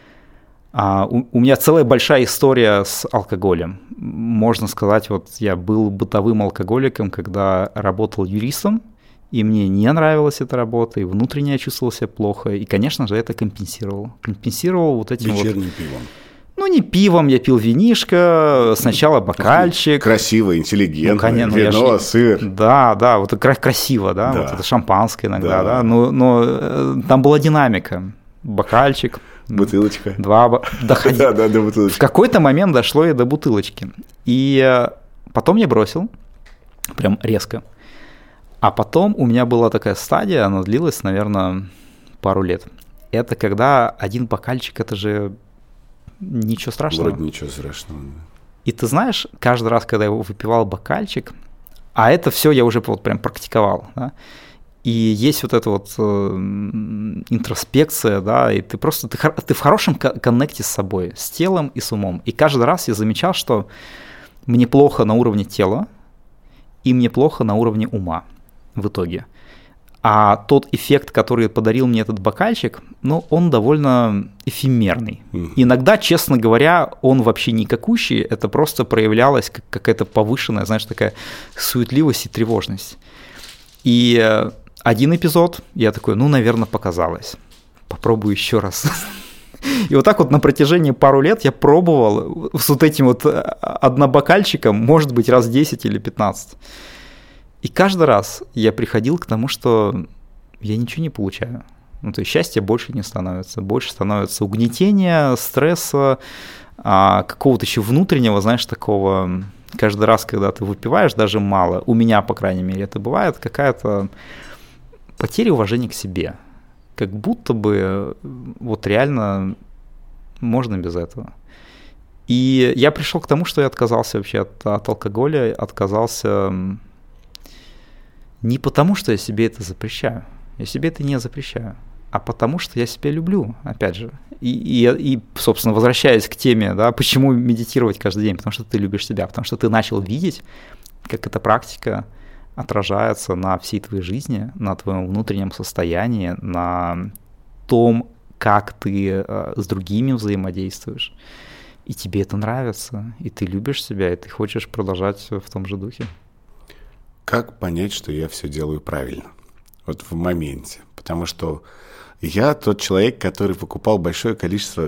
а, у, у меня целая большая история с алкоголем. Можно сказать, вот я был бытовым алкоголиком, когда работал юристом, и мне не нравилась эта работа, и внутренне я чувствовал себя плохо, и, конечно же, это компенсировал. Компенсировал вот этим вечерним вот... пивом. Ну, не пивом, я пил винишко, сначала бокальчик. Красиво, интеллигентно, ну, конечно, вино, я... сыр. Да, да, вот это красиво, да, да. Вот это шампанское иногда, да, да. Но, но там была динамика. Бокальчик. Бутылочка. Два... Доходи... да, да, до бутылочки. В какой-то момент дошло и до бутылочки. И потом я бросил, прям резко. А потом у меня была такая стадия, она длилась, наверное, пару лет. Это когда один бокальчик, это же ничего страшного. Вроде ничего страшного. И ты знаешь, каждый раз, когда я выпивал бокальчик, а это все я уже вот прям практиковал, да, и есть вот эта вот э, интроспекция, да, и ты просто, ты, ты в хорошем коннекте с собой, с телом и с умом. И каждый раз я замечал, что мне плохо на уровне тела, и мне плохо на уровне ума в итоге. А тот эффект, который подарил мне этот бокальчик, ну, он довольно эфемерный. Mm-hmm. Иногда, честно говоря, он вообще никакущий, это просто проявлялась как какая-то повышенная, знаешь, такая суетливость и тревожность. И один эпизод, я такой, ну, наверное, показалось. Попробую еще раз. И вот так вот на протяжении пару лет я пробовал с вот этим вот однобокальчиком, может быть, раз десять или пятнадцать. И каждый раз я приходил к тому, что я ничего не получаю. Ну, то есть счастья больше не становится. Больше становится угнетения, стресса, а, какого-то еще внутреннего, знаешь, такого... Каждый раз, когда ты выпиваешь, даже мало, у меня, по крайней мере, это бывает, какая-то потеря уважения к себе. Как будто бы вот реально можно без этого. И я пришел к тому, что я отказался вообще от, от алкоголя, отказался... Не потому, что я себе это запрещаю, я себе это не запрещаю, а потому, что я себя люблю, опять же. И, и, и собственно, возвращаясь к теме, да, почему медитировать каждый день, потому что ты любишь себя, потому что ты начал видеть, как эта практика отражается на всей твоей жизни, на твоем внутреннем состоянии, на том, как ты э, с другими взаимодействуешь. И тебе это нравится, и ты любишь себя, и ты хочешь продолжать в том же духе. Как понять, что я все делаю правильно? Вот в моменте. Потому что я тот человек, который покупал большое количество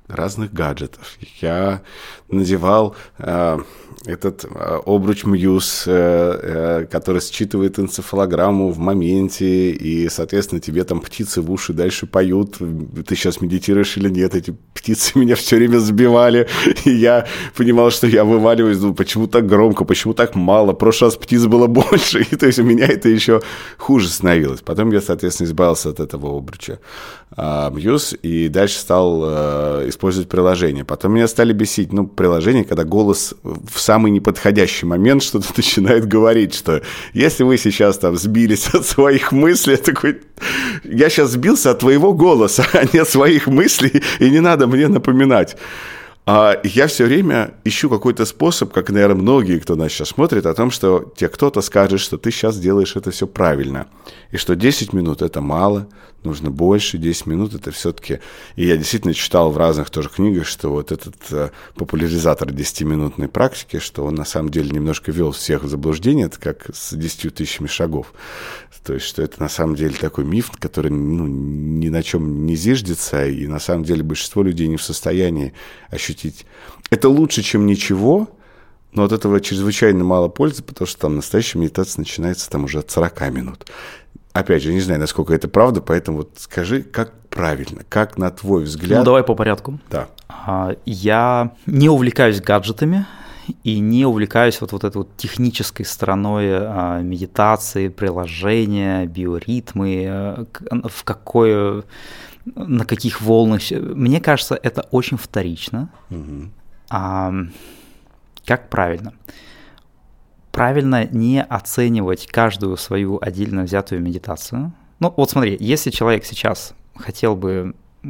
разных гаджетов. Я надевал э, этот э, обруч Muse, э, э, который считывает энцефалограмму в моменте, и, соответственно, тебе там птицы в уши дальше поют, ты сейчас медитируешь или нет, эти птицы меня все время сбивали, и я понимал, что я вываливаюсь, ну, почему так громко, почему так мало, в прошлый раз птиц было больше, и то есть у меня это еще хуже становилось. Потом я, соответственно, избавился от этого обруча э, Muse, и дальше стал э, использовать приложение. Потом меня стали бесить, ну, приложение, когда голос в самый неподходящий момент что-то начинает говорить, что если вы сейчас там сбились от своих мыслей, я такой, я сейчас сбился от твоего голоса, а не от своих мыслей, и не надо мне напоминать. А я все время ищу какой-то способ, как, наверное, многие, кто нас сейчас смотрит, о том, что тебе кто-то скажет, что ты сейчас делаешь это все правильно, и что десять минут – это мало, нужно больше, десять минут – это все-таки… И я действительно читал в разных тоже книгах, что вот этот э, популяризатор десятиминутной практики, что он на самом деле немножко ввел всех в заблуждение, это как с десятью тысячами шагов. То есть, что это на самом деле такой миф, который ну, ни на чем не зиждется, и на самом деле большинство людей не в состоянии ощутить. Это лучше, чем ничего, но от этого чрезвычайно мало пользы, потому что там настоящая медитация начинается там уже от сорока минут. Опять же, не знаю, насколько это правда, поэтому вот скажи, как правильно, как на твой взгляд… Ну, давай по порядку. Да. Я не увлекаюсь гаджетами и не увлекаюсь вот, вот этой вот технической стороной медитации, приложения, биоритмы, в какой… на каких волнах. Мне кажется, это очень вторично. Угу. А, как правильно? Правильно не оценивать каждую свою отдельно взятую медитацию. Ну, вот смотри, если человек сейчас хотел бы,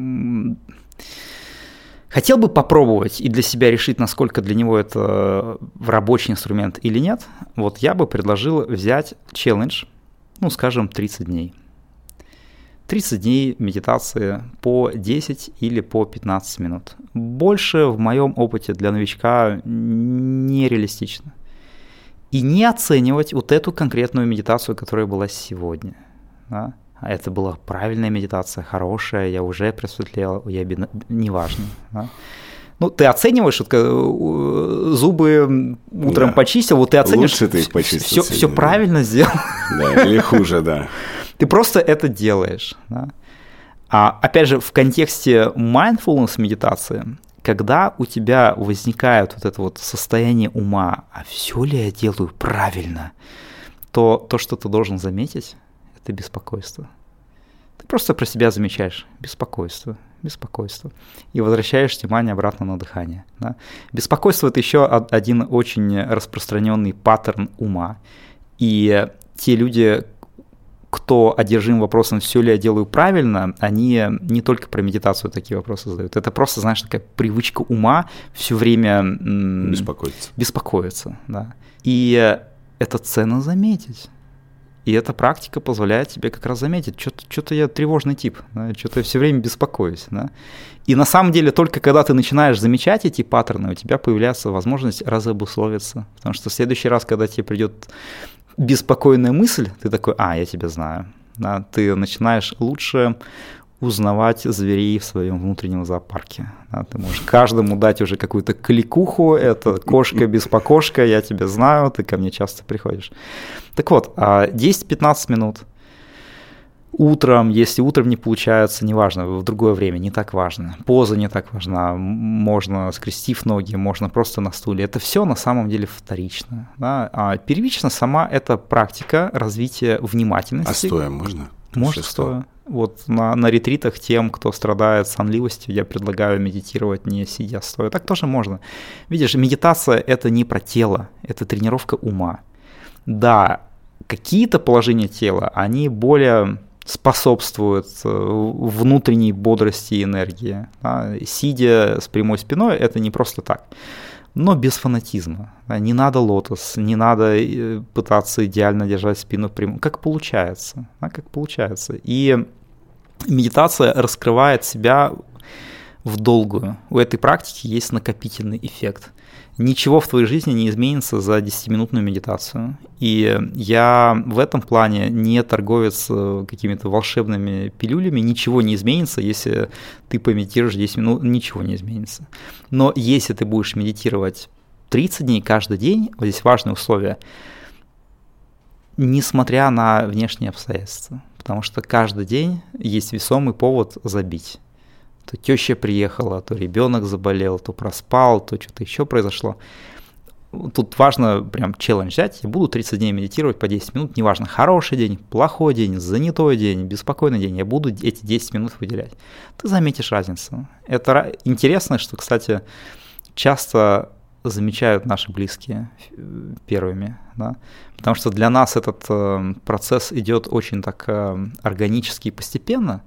хотел бы попробовать и для себя решить, насколько для него это рабочий инструмент или нет, вот я бы предложил взять челлендж, ну, скажем, тридцать дней. тридцать дней медитации по десять или по пятнадцать минут. Больше в моем опыте для новичка нереалистично. И не оценивать вот эту конкретную медитацию, которая была сегодня. Да? А это была правильная медитация, хорошая, я уже просветлел, я бед... неважно. Да? Ну, ты оцениваешь, вот, зубы утром да. почистил, вот ты оценишь, лучше ты их почистил. Все, все правильно сделал. Да, или хуже, да. Ты просто это делаешь. Да? А опять же, в контексте mindfulness медитации, когда у тебя возникает вот это вот состояние ума, а все ли я делаю правильно, то то, что ты должен заметить, это беспокойство. Ты просто про себя замечаешь беспокойство, беспокойство, и возвращаешь внимание обратно на дыхание. Да? Беспокойство – это еще один очень распространенный паттерн ума. И те люди, кто одержим вопросом, все ли я делаю правильно, они не только про медитацию такие вопросы задают. Это просто, знаешь, такая привычка ума все время м- беспокоиться. беспокоиться, да. И это ценно заметить. И эта практика позволяет тебе как раз заметить, что-то, что-то я тревожный тип, да, что-то я все время беспокоюсь. Да. И на самом деле только когда ты начинаешь замечать эти паттерны, у тебя появляется возможность разобусловиться. Потому что в следующий раз, когда тебе придет беспокойная мысль, ты такой, а, я тебя знаю. Да, ты начинаешь лучше узнавать зверей в своем внутреннем зоопарке. Да, ты можешь каждому дать уже какую-то кликуху, это кошка-беспокошка, я тебя знаю, ты ко мне часто приходишь. Так вот, десять-пятнадцать минут утром, если утром не получается, неважно, в другое время, не так важно. Поза не так важна, можно скрестив ноги, можно просто на стуле. Это все на самом деле вторично. Да? А первично сама эта практика развития внимательности. А стоя можно? Можно стоя. Вот на, на ретритах тем, кто страдает сонливостью, я предлагаю медитировать не сидя, стоя. Так тоже можно. Видишь, медитация – это не про тело, это тренировка ума. Да, какие-то положения тела, они более способствуют внутренней бодрости и энергии. Да. Сидя с прямой спиной – это не просто так. Но без фанатизма. Да. Не надо лотос, не надо пытаться идеально держать спину прямой. Как получается. Да, как получается. И медитация раскрывает себя в долгую. У этой практики есть накопительный эффект. Ничего в твоей жизни не изменится за десятиминутную медитацию. И я в этом плане не торговец какими-то волшебными пилюлями. Ничего не изменится, если ты помедитируешь десять минут, ничего не изменится. Но если ты будешь медитировать тридцать дней каждый день, вот здесь важное условие, несмотря на внешние обстоятельства. Потому что каждый день есть весомый повод забить. То теща приехала, то ребенок заболел, то проспал, то что-то еще произошло. Тут важно прям челлендж взять. Я буду тридцать дней медитировать по десять минут. Неважно, хороший день, плохой день, занятой день, беспокойный день. Я буду эти десять минут выделять. Ты заметишь разницу. Это интересно, что, кстати, часто замечают наши близкие первыми. Да? Потому что для нас этот э, процесс идет очень так э, органически и постепенно.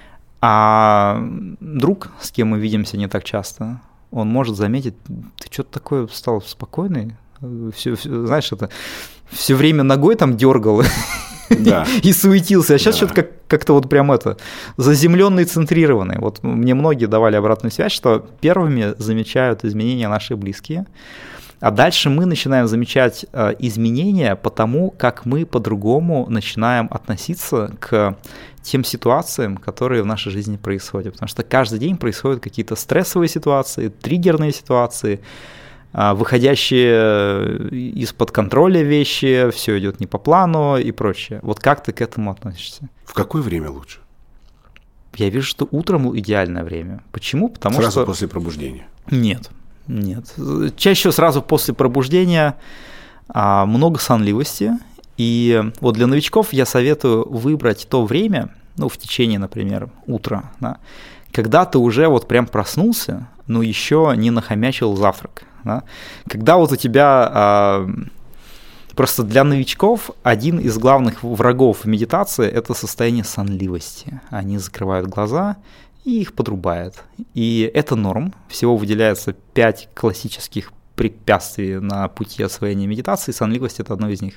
А друг, с кем мы видимся не так часто, он может заметить, ты что-то такое стал спокойный, все, все, знаешь, это все время ногой там дергал да. и суетился, а сейчас да. что-то как, как-то вот прям это заземленный, центрированный. Вот мне многие давали обратную связь, что первыми замечают изменения наши близкие, а дальше мы начинаем замечать э, изменения по тому, как мы по-другому начинаем относиться к тем ситуациям, которые в нашей жизни происходят. Потому что каждый день происходят какие-то стрессовые ситуации, триггерные ситуации, э, выходящие из-под контроля вещи, все идет не по плану и прочее. Вот как ты к этому относишься? В какое время лучше? Я вижу, что утром идеальное время. Почему? Потому Сразу что... Сразу после пробуждения? Нет. Нет. Чаще всего сразу после пробуждения а, много сонливости. И вот для новичков я советую выбрать то время, ну, в течение, например, утра, да, когда ты уже вот прям проснулся, но еще не нахомячил завтрак. Да, когда вот у тебя... А, просто для новичков один из главных врагов медитации – это состояние сонливости. Они закрывают глаза и их подрубает. И это норм. Всего выделяется пять классических препятствий на пути освоения медитации. Сонливость – это одно из них.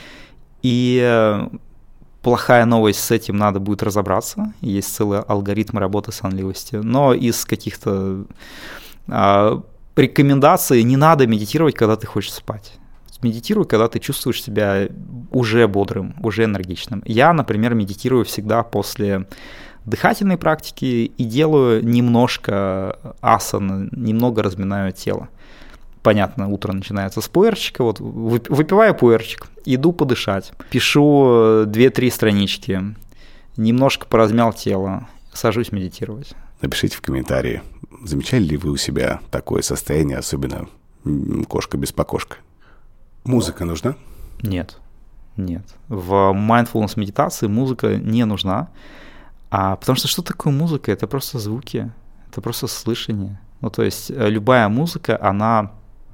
И плохая новость, с этим надо будет разобраться. Есть целый алгоритм работы с сонливостью. Но из каких-то а, рекомендаций не надо медитировать, когда ты хочешь спать. Медитируй, когда ты чувствуешь себя уже бодрым, уже энергичным. Я, например, медитирую всегда после дыхательной практики и делаю немножко асан, немного разминаю тело. Понятно, утро начинается с пуэрчика, вот выпиваю пуэрчик, иду подышать, пишу две-три странички, немножко поразмял тело, сажусь медитировать. Напишите в комментарии, замечали ли вы у себя такое состояние, особенно кошка без покошка? Музыка нужна? Нет, нет. В mindfulness медитации музыка не нужна. А, потому что что такое музыка? Это просто звуки, это просто слышание. Ну, то есть любая музыка, она,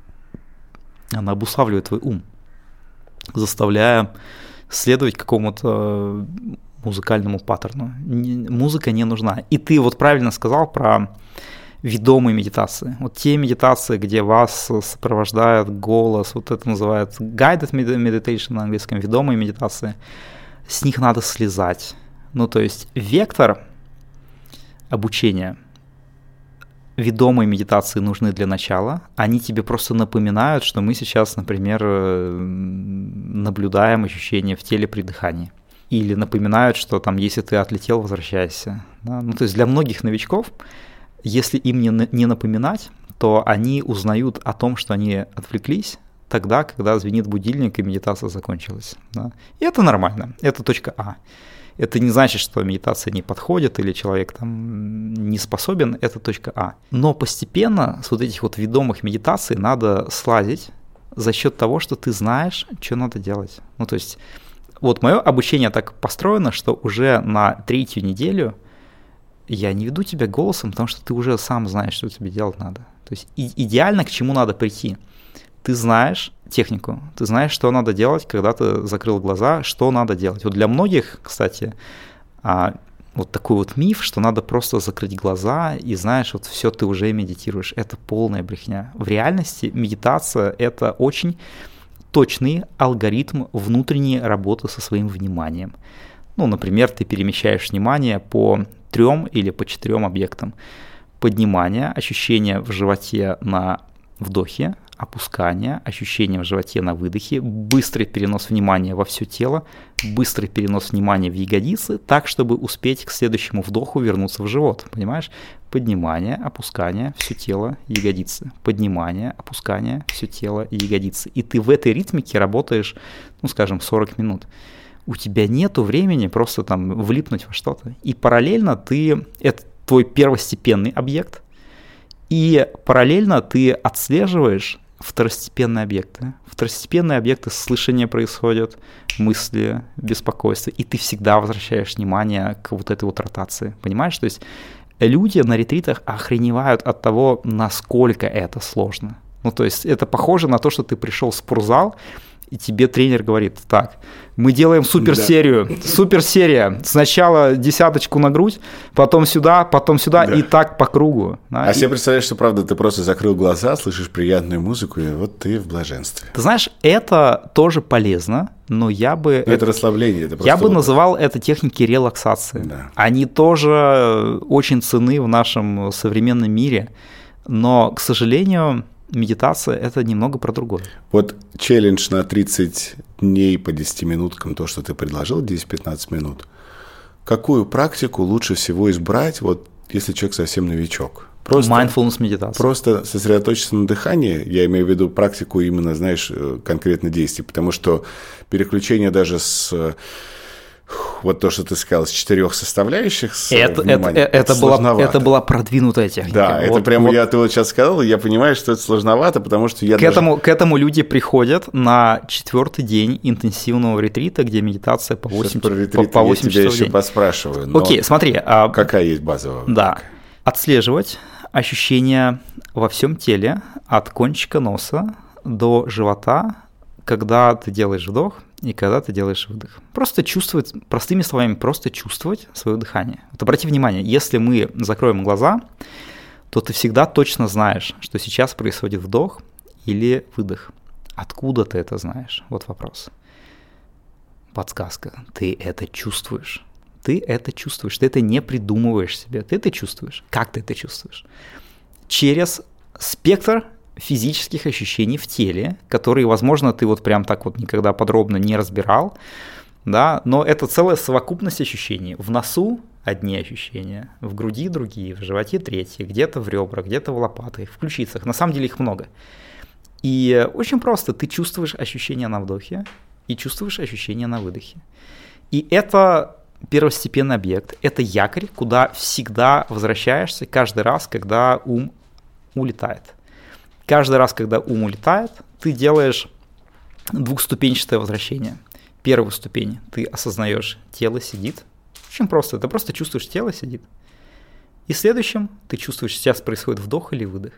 она обуславливает твой ум, заставляя следовать какому-то музыкальному паттерну. Музыка не нужна. И ты вот правильно сказал про ведомые медитации. Вот те медитации, где вас сопровождает голос, вот это называется guided meditation на английском, ведомые медитации, с них надо слезать. Ну, то есть вектор обучения, ведомые медитации нужны для начала, они тебе просто напоминают, что мы сейчас, например, наблюдаем ощущения в теле при дыхании. Или напоминают, что там, если ты отлетел, возвращайся. Да? Ну, то есть для многих новичков, если им не, не напоминать, то они узнают о том, что они отвлеклись, тогда, когда звенит будильник и медитация закончилась. Да? И это нормально, это точка А. Это не значит, что медитация не подходит или человек там не способен, это точка А. Но постепенно с вот этих вот ведомых медитаций надо слазить за счет того, что ты знаешь, что надо делать. Ну, то есть вот мое обучение так построено, что уже на третью неделю я не веду тебя голосом, потому что ты уже сам знаешь, что тебе делать надо. То есть и- идеально к чему надо прийти. Ты знаешь технику, ты знаешь, что надо делать, когда ты закрыл глаза, что надо делать. Вот для многих, кстати, а, вот такой вот миф, что надо просто закрыть глаза и знаешь, вот все, ты уже медитируешь. Это полная брехня. В реальности медитация – это очень точный алгоритм внутренней работы со своим вниманием. Ну, например, ты перемещаешь внимание по трем или по четырем объектам. поднимание, ощущение в животе на вдохе, опускание, ощущение в животе на выдохе, быстрый перенос внимания во все тело, быстрый перенос внимания в ягодицы, так, чтобы успеть к следующему вдоху вернуться в живот, понимаешь? Поднимание, опускание, все тело, ягодицы. Поднимание, опускание, все тело, ягодицы. И ты в этой ритмике работаешь, ну, скажем, сорок минут. У тебя нету времени просто там влипнуть во что-то. И параллельно ты, это твой первостепенный объект, и параллельно ты отслеживаешь второстепенные объекты. Второстепенные объекты слышания происходят, мысли, беспокойство, и ты всегда возвращаешь внимание к вот этой вот ротации. Понимаешь? То есть люди на ретритах охреневают от того, насколько это сложно. Ну, то есть это похоже на то, что ты пришел в спортзал, и тебе тренер говорит: так, мы делаем суперсерию, да. суперсерия, сначала десяточку на грудь, потом сюда, потом сюда, да. и так по кругу. Да? А и... себе представляешь, что правда ты просто закрыл глаза, слышишь приятную музыку, и вот ты в блаженстве. Ты знаешь, это тоже полезно, но я бы... Это, это расслабление. Это я бы вот... называл это техники релаксации. Да. Они тоже очень ценны в нашем современном мире, но, к сожалению... Медитация – это немного про другое. Вот челлендж на тридцать дней по десяти минуткам, то, что ты предложил, десять-пятнадцать минут. Какую практику лучше всего избрать, вот если человек совсем новичок? Просто, mindfulness медитация. Просто сосредоточиться на дыхании, я имею в виду практику именно, знаешь, конкретно действий, потому что переключение даже с... Вот то, что ты сказал, с четырех составляющих. С это, это, это, это, была, это была продвинутая техника. Да, вот, это прямо вот. я, ты вот сейчас сказал, и я понимаю, что это сложновато, потому что я к, даже... этому, к этому люди приходят на четвертый день интенсивного ретрита, где медитация по восемь, про ретрит по восемь я тебя часов в еще день. поспрашиваю. Но Окей, смотри. А... Какая есть базовая? Да. Отслеживать ощущения во всем теле от кончика носа до живота, когда ты делаешь вдох и когда ты делаешь выдох. Просто чувствовать, простыми словами, просто чувствовать свое дыхание. Вот обрати внимание, если мы закроем глаза, то ты всегда точно знаешь, что сейчас происходит вдох или выдох. Откуда ты это знаешь? Вот вопрос. Подсказка. Ты это чувствуешь. Ты это чувствуешь. Ты это не придумываешь себе. Ты это чувствуешь. Как ты это чувствуешь? Через спектр физических ощущений в теле, которые, возможно, ты вот прям так вот никогда подробно не разбирал, да, но это целая совокупность ощущений. В носу одни ощущения, в груди другие, в животе третьи, где-то в ребрах, где-то в лопатках, в ключицах. На самом деле их много. И очень просто. Ты чувствуешь ощущения на вдохе и чувствуешь ощущения на выдохе. И это первостепенный объект, это якорь, куда всегда возвращаешься каждый раз, когда ум улетает. Каждый раз, когда ум улетает, ты делаешь двухступенчатое возвращение. Первую ступень ты осознаешь, тело сидит. Очень просто, ты просто чувствуешь, тело сидит. И следующим ты чувствуешь, сейчас происходит вдох или выдох.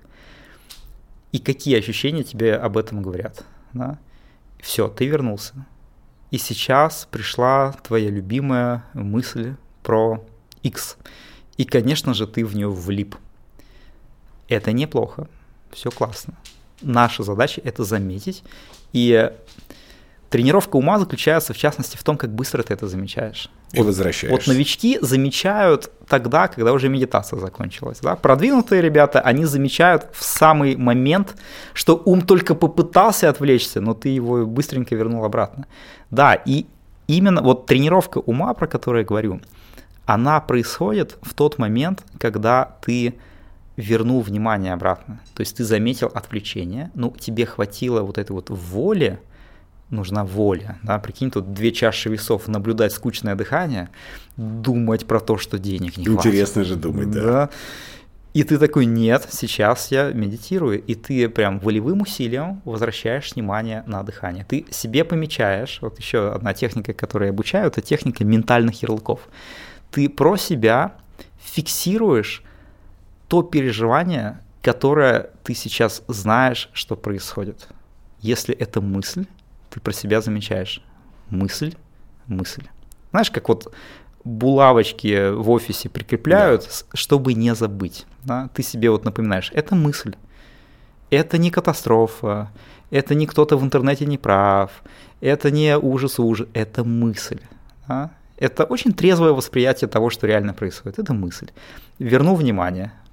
И какие ощущения тебе об этом говорят. Да? Все, ты вернулся. И сейчас пришла твоя любимая мысль про X. И, конечно же, ты в нее влип. Это неплохо. Все классно. Наша задача – это заметить. И тренировка ума заключается, в частности, в том, как быстро ты это замечаешь. И вот, возвращаешься. Вот новички замечают тогда, когда уже медитация закончилась. Да? Продвинутые ребята, они замечают в самый момент, что ум только попытался отвлечься, но ты его быстренько вернул обратно. Да, и именно вот тренировка ума, про которую я говорю, она происходит в тот момент, когда ты вернул внимание обратно. То есть ты заметил отвлечение, ну, тебе хватило вот этой вот воли, нужна воля, да, прикинь, тут две чаши весов, наблюдать скучное дыхание, думать про то, что денег не хватит. Интересно же думать, да. да. И ты такой: нет, сейчас я медитирую, и ты прям волевым усилием возвращаешь внимание на дыхание. Ты себе помечаешь, вот еще одна техника, которую я обучаю, это техника ментальных ярлыков. Ты про себя фиксируешь то переживание, которое ты сейчас знаешь, что происходит. Если это мысль, ты про себя замечаешь. Мысль, мысль. Знаешь, как вот булавочки в офисе прикрепляют, да, чтобы не забыть. Да? Ты себе вот напоминаешь, это мысль. Это не катастрофа, это не кто-то в интернете не прав, это не ужас, ужас, это мысль. Да? Это очень трезвое восприятие того, что реально происходит. Это мысль. Вернул внимание,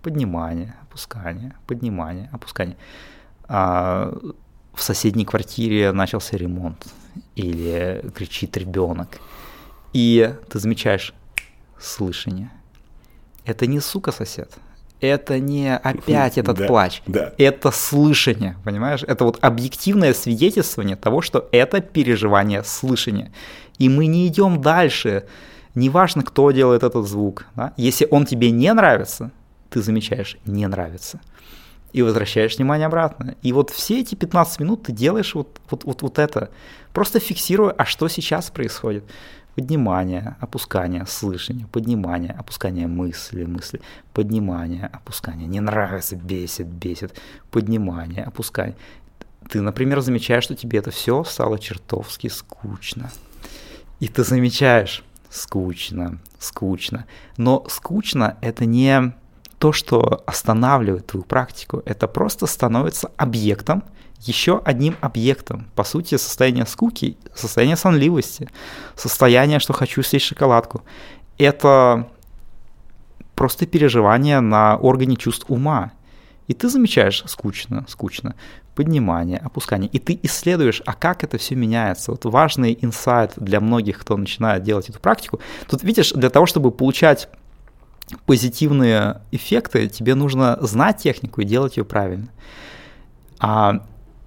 поднимание, опускание, поднимание, опускание. А в соседней квартире начался ремонт или кричит ребенок. И ты замечаешь слышание. Это не сука сосед. Это не опять этот да, плач. Да. Это слышание, понимаешь? Это вот объективное свидетельствование того, что это переживание слышания. И мы не идем дальше. Неважно, кто делает этот звук. Да? Если он тебе не нравится, ты замечаешь «не нравится». И возвращаешь внимание обратно. И вот все эти пятнадцать минут ты делаешь вот, вот, вот, вот это. Просто фиксируя, а что сейчас происходит. Поднимание, опускание, слышание, поднимание, опускание мысли, мысли, поднимание, опускание. Не нравится, бесит, бесит, поднимание, опускание. Ты, например, замечаешь, что тебе это все стало чертовски скучно. И ты замечаешь, скучно, скучно. Но скучно – это не то, что останавливает твою практику, это просто становится объектом, еще одним объектом. По сути, состояние скуки, состояние сонливости, состояние, что хочу съесть шоколадку. Это просто переживание на органе чувств ума. И ты замечаешь скучно, скучно, поднимание, опускание. И ты исследуешь, а как это все меняется. Вот важный инсайт для многих, кто начинает делать эту практику. Тут, видишь, для того, чтобы получать позитивные эффекты, тебе нужно знать технику и делать ее правильно. А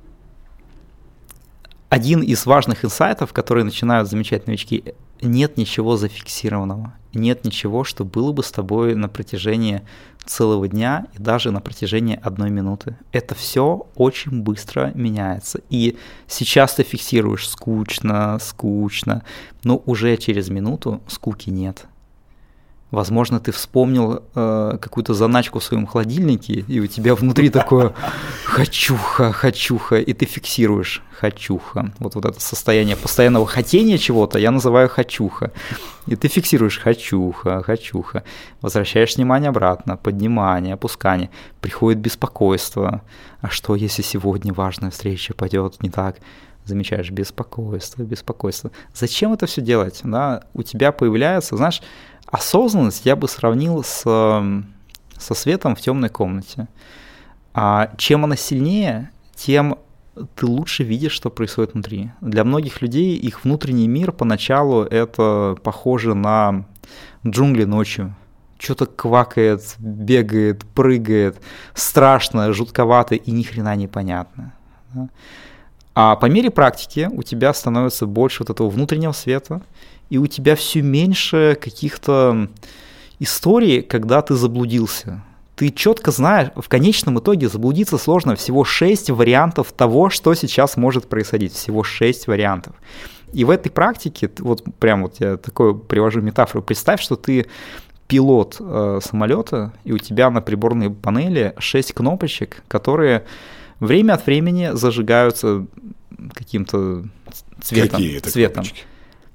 один из важных инсайтов, которые начинают замечать новички, нет ничего зафиксированного, нет ничего, что было бы с тобой на протяжении целого дня и даже на протяжении одной минуты. Это все очень быстро меняется. И сейчас ты фиксируешь скучно, скучно, но уже через минуту скуки нет. Возможно, ты вспомнил э, какую-то заначку в своем холодильнике, и у тебя внутри такое «хочуха, хочуха», и ты фиксируешь «хочуха». Вот, вот это состояние постоянного хотения чего-то я называю «хочуха». И ты фиксируешь «хочуха, хочуха». Возвращаешь внимание обратно, поднимание, опускание. Приходит беспокойство. А что, если сегодня важная встреча пойдет не так? Замечаешь беспокойство, беспокойство. Зачем это все делать? Да? У тебя появляется, знаешь, осознанность я бы сравнил с, со светом в темной комнате. А чем она сильнее, тем ты лучше видишь, что происходит внутри. Для многих людей их внутренний мир поначалу это похоже на джунгли ночью. Что-то квакает, бегает, прыгает, страшно, жутковато и ни хрена непонятно. Да? А по мере практики у тебя становится больше вот этого внутреннего света, и у тебя все меньше каких-то историй, когда ты заблудился. Ты четко знаешь, в конечном итоге заблудиться сложно. Всего шесть вариантов того, что сейчас может происходить. Всего шесть вариантов. И в этой практике, вот прям вот я такую привожу метафору, представь, что ты пилот э, самолета, и у тебя на приборной панели шесть кнопочек, которые время от времени зажигаются каким-то цветом. Какие это цветом. кнопочки?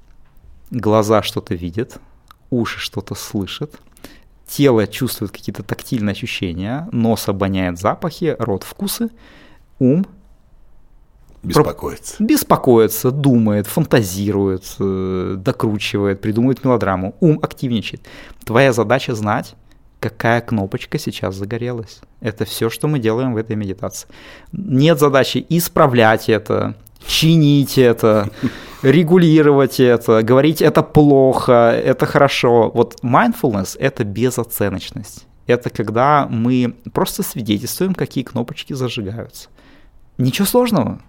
Глаза что-то видят, уши что-то слышат, тело чувствует какие-то тактильные ощущения, нос обоняет запахи, рот вкусы, ум беспокоится. Про... беспокоится, думает, фантазирует, докручивает, придумывает мелодраму. Ум активничает. Твоя задача знать, какая кнопочка сейчас загорелась. Это все, что мы делаем в этой медитации. Нет задачи исправлять это, чинить это, регулировать это, говорить это плохо, это хорошо. Вот mindfulness — это безоценочность. Это когда мы просто свидетельствуем, какие кнопочки зажигаются. Ничего сложного.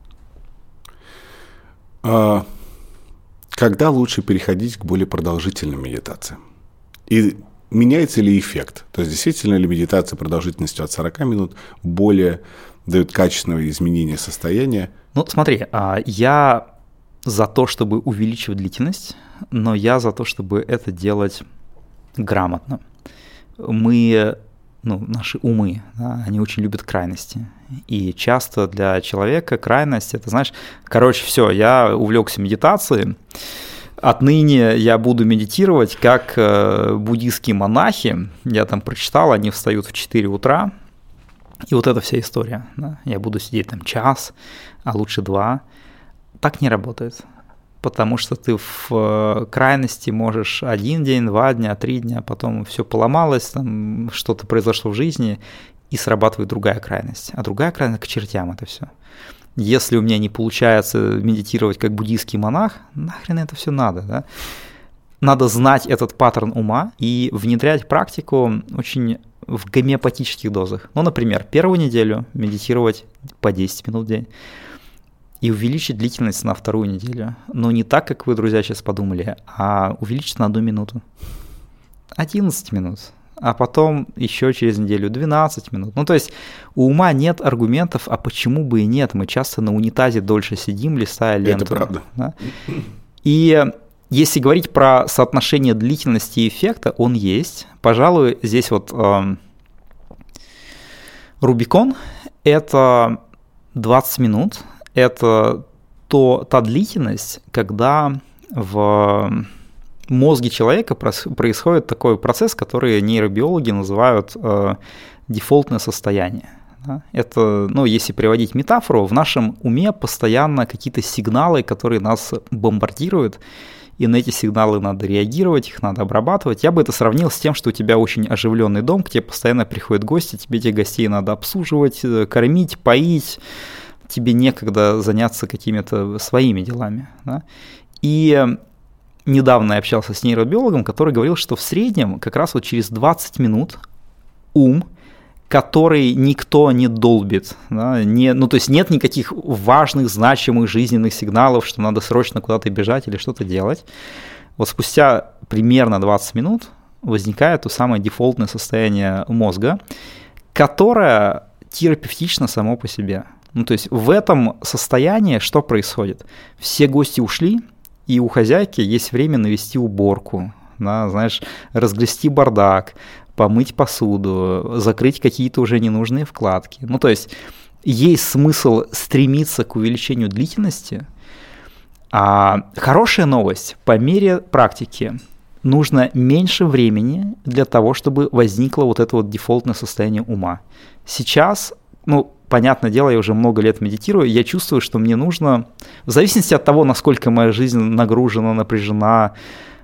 А когда лучше переходить к более продолжительным медитациям? И меняется ли эффект? То есть действительно ли медитация продолжительностью от сорока минут более дает качественное изменение состояния? Ну, смотри, я за то, чтобы увеличивать длительность, но я за то, чтобы это делать грамотно. Мы, ну, наши умы, да, они очень любят крайности. И часто для человека крайность – это, знаешь, короче, все, я увлекся медитацией, отныне я буду медитировать, как э, буддийские монахи. Я там прочитал, они встают в четыре утра, и вот эта вся история. Да? Я буду сидеть там час, а лучше два. Так не работает. потому что ты в крайности можешь один день, два дня, три дня, потом все поломалось, там что-то произошло в жизни, и срабатывает другая крайность. А другая крайность к чертям это все. Если у меня не получается медитировать как буддийский монах, нахрен это все надо, да? Надо знать этот паттерн ума и внедрять практику очень в гомеопатических дозах. Ну, например, первую неделю медитировать по десять минут в день и увеличить длительность на вторую неделю. Но не так, как вы, друзья, сейчас подумали, а увеличить на одну минуту. одиннадцать минут. А потом еще через неделю двенадцать минут. Ну, то есть у ума нет аргументов, а почему бы и нет. Мы часто на унитазе дольше сидим, листая ленту. Это правда. Да? И если говорить про соотношение длительности и эффекта, он есть. Пожалуй, здесь вот э, Рубикон – это двадцать минут. Это то, та длительность, когда в мозге человека происходит такой процесс, который нейробиологи называют э, дефолтное состояние. Да? Это, ну, если приводить метафору, в нашем уме постоянно какие-то сигналы, которые нас бомбардируют, и на эти сигналы надо реагировать, их надо обрабатывать. Я бы это сравнил с тем, что у тебя очень оживленный дом, к тебе постоянно приходят гости, тебе этих гостей надо обслуживать, кормить, поить, тебе некогда заняться какими-то своими делами. Да? И недавно я общался с нейробиологом, который говорил, что в среднем как раз вот через двадцать минут ум, который никто не долбит, да, не, ну то есть нет никаких важных, значимых жизненных сигналов, что надо срочно куда-то бежать или что-то делать. Вот спустя примерно двадцать минут возникает то самое дефолтное состояние мозга, которое терапевтично само по себе. Ну то есть в этом состоянии что происходит? Все гости ушли, и у хозяйки есть время навести уборку, да, знаешь, разгрести бардак, помыть посуду, закрыть какие-то уже ненужные вкладки. Ну, то есть есть смысл стремиться к увеличению длительности. А хорошая новость, по мере практики нужно меньше времени для того, чтобы возникло вот это вот дефолтное состояние ума. Сейчас, ну, понятное дело, я уже много лет медитирую, я чувствую, что мне нужно, в зависимости от того, насколько моя жизнь нагружена, напряжена,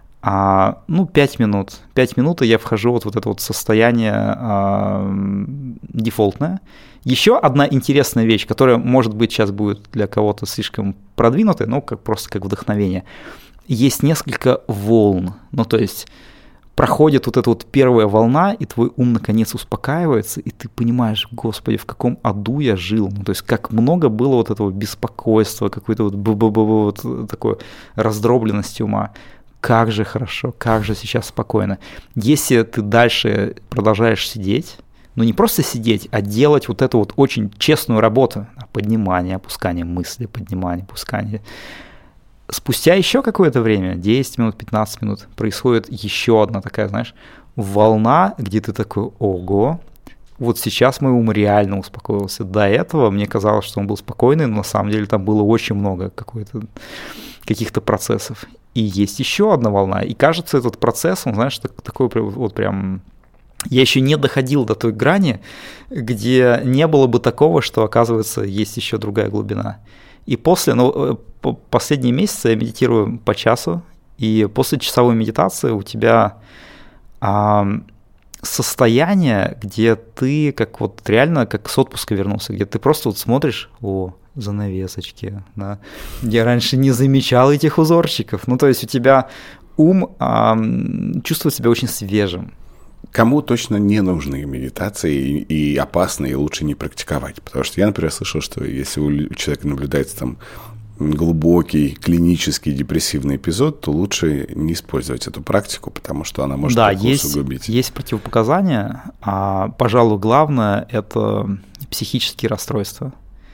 А, ну, пять минут. пять минут, и я вхожу вот в это вот состояние а, дефолтное. Еще одна интересная вещь, которая, может быть, сейчас будет для кого-то слишком продвинутой, но как, просто как вдохновение. Есть несколько волн. Ну, то есть проходит вот эта вот первая волна, и твой ум наконец успокаивается, и ты понимаешь, господи, в каком аду я жил. Ну, то есть как много было вот этого беспокойства, какой-то вот, вот такой раздробленности ума. Как же хорошо, как же сейчас спокойно. Если ты дальше продолжаешь сидеть, ну не просто сидеть, а делать вот эту вот очень честную работу, поднимание, опускание мысли, поднимание, опускание. Спустя еще какое-то время, десять минут, пятнадцать минут, происходит еще одна такая, знаешь, волна, где ты такой, ого, вот сейчас мой ум реально успокоился. До этого мне казалось, что он был спокойный, но на самом деле там было очень много какой-то, каких-то процессов. И есть еще одна волна. И кажется, этот процесс, он, знаешь, такой вот прям... Я еще не доходил до той грани, где не было бы такого, что, оказывается, есть еще другая глубина. И после, ну, последние месяцы я медитирую по часу, и после часовой медитации у тебя а, состояние, где ты как вот реально как с отпуска вернулся, где ты просто вот смотришь, о, занавесочки, да. Я раньше не замечал этих узорчиков. Ну, то есть у тебя ум а, чувствует себя очень свежим. Кому точно не нужны медитации и, и опасны, и лучше не практиковать. Потому что я, например, слышал, что если у человека наблюдается там глубокий клинический депрессивный эпизод, то лучше не использовать эту практику, потому что она может да, только есть, усугубить. Есть противопоказания, а, пожалуй, главное – это психические расстройства.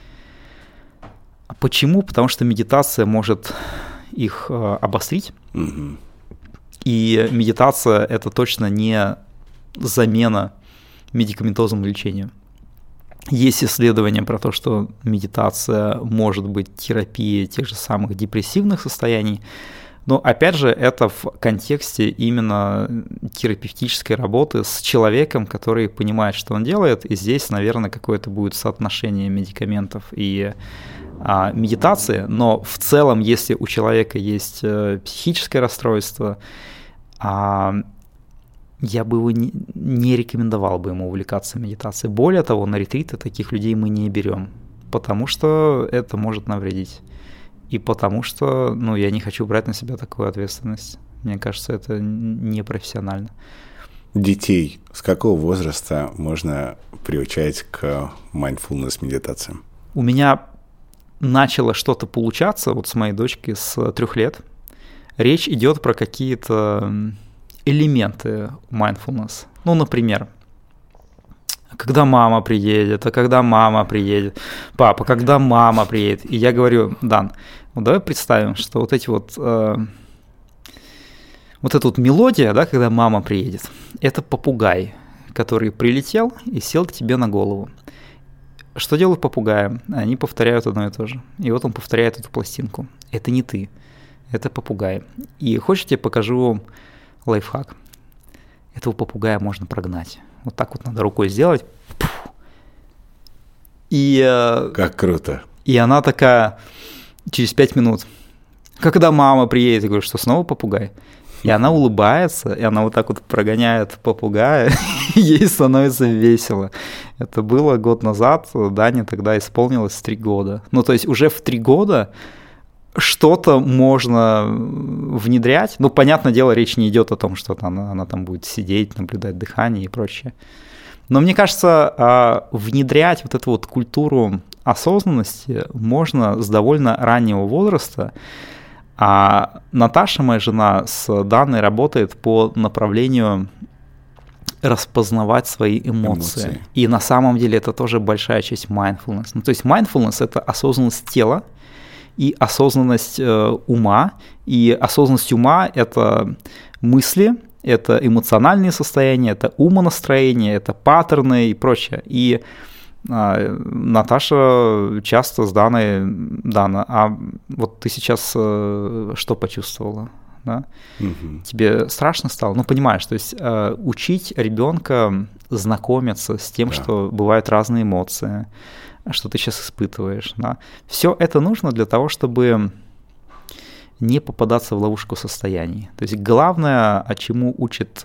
Почему? Потому что медитация может их э, обострить. Угу. И медитация – это точно не замена медикаментозному лечению. Есть исследования про то, что медитация может быть терапией тех же самых депрессивных состояний, Но опять же, это в контексте именно терапевтической работы с человеком, который понимает, что он делает, и здесь, наверное, какое-то будет соотношение медикаментов и а, медитации, но в целом, если у человека есть а, психическое расстройство, а, я бы его не, не рекомендовал бы ему увлекаться медитацией. Более того, на ретриты таких людей мы не берем, потому что это может навредить. И потому что, ну, я не хочу брать на себя такую ответственность. Мне кажется, это непрофессионально. Детей с какого возраста можно приучать к mindfulness медитациям? У меня начало что-то получаться вот с моей дочкой с трех лет. Речь идет про какие-то элементы mindfulness. Ну, например, когда мама приедет, а когда мама приедет, папа, когда мама приедет. И я говорю: Дан, вот давай представим, что вот эти вот, э, вот эта вот мелодия, да, когда мама приедет, это попугай, который прилетел и сел к тебе на голову. Что делают попугаи? Они повторяют одно и то же. И вот он повторяет эту пластинку. Это не ты, это попугай. И хочешь, я тебе покажу лайфхак? Этого попугая можно прогнать. Вот так вот надо рукой сделать. И, как круто. И она такая через пять минут: когда мама приедет, я говорю: что, снова попугай? И она улыбается, и она вот так вот прогоняет попугая, и ей становится весело. Это было год назад, Дане тогда исполнилось три года. Ну, то есть уже в три года что-то можно внедрять. Ну, понятное дело, речь не идет о том, что она, она там будет сидеть, наблюдать дыхание и прочее. Но мне кажется, внедрять вот эту вот культуру осознанности можно с довольно раннего возраста. А Наташа, моя жена, с Даной работает по направлению распознавать свои эмоции. эмоции. И на самом деле это тоже большая часть mindfulness. Ну, то есть mindfulness — это осознанность тела и осознанность э, ума. И осознанность ума — это мысли, это эмоциональные состояния, это умонастроение, это паттерны и прочее. И э, Наташа часто с Даной: Дана, а вот ты сейчас э, что почувствовала? Да? Угу. Тебе страшно стало? Ну, понимаешь, то есть э, учить ребенка знакомиться с тем, да. что бывают разные эмоции, что ты сейчас испытываешь. Да? Все это нужно для того, чтобы не попадаться в ловушку состояний. То есть главное, о чему учит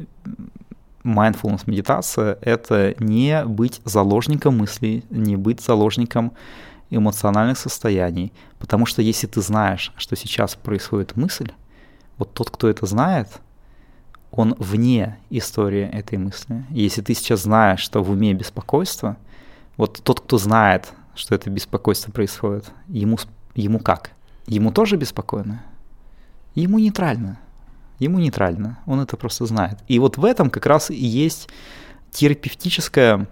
mindfulness медитация, это не быть заложником мыслей, не быть заложником эмоциональных состояний. Потому что если ты знаешь, что сейчас происходит мысль, вот тот, кто это знает, он вне истории этой мысли. Если ты сейчас знаешь, что в уме беспокойство, вот тот, кто знает, что это беспокойство происходит, ему, ему как? Ему тоже беспокойно? Ему нейтрально. Ему нейтрально. Он это просто знает. И вот в этом как раз и есть терапевтическая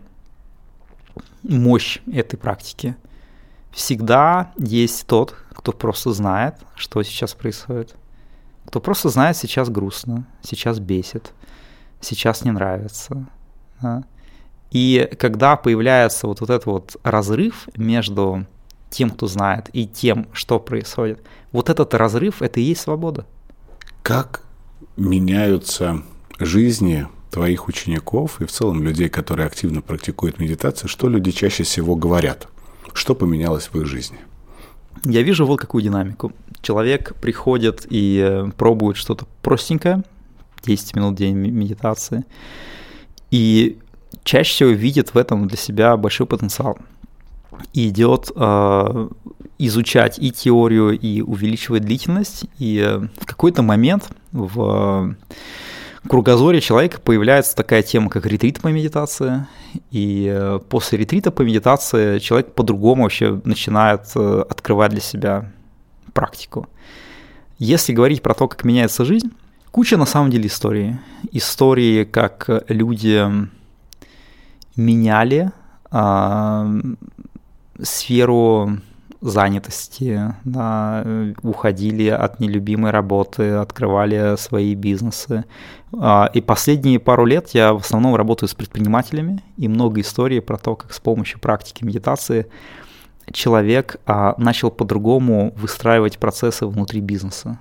мощь этой практики. Всегда есть тот, кто просто знает, что сейчас происходит. Кто просто знает: сейчас грустно, сейчас бесит, сейчас не нравится. Да? И когда появляется вот, вот этот вот разрыв между тем, кто знает, и тем, что происходит, вот этот разрыв — это и есть свобода. Как меняются жизни твоих учеников и в целом людей, которые активно практикуют медитацию? Что люди чаще всего говорят? Что поменялось в их жизни? Я вижу вот какую динамику. Человек приходит и пробует что-то простенькое, десять минут в день медитации, и чаще всего видит в этом для себя большой потенциал. И идет э, изучать и теорию, и увеличивать длительность. И э, в какой-то момент в э, кругозоре человека появляется такая тема, как ретрит по медитации. И э, после ретрита по медитации человек по-другому вообще начинает э, открывать для себя практику. Если говорить про то, как меняется жизнь, куча на самом деле историй. Истории, как люди меняли э, сферу занятости, да, уходили от нелюбимой работы, открывали свои бизнесы. И последние пару лет я в основном работаю с предпринимателями, и много историй про то, как с помощью практики медитации человек начал по-другому выстраивать процессы внутри бизнеса.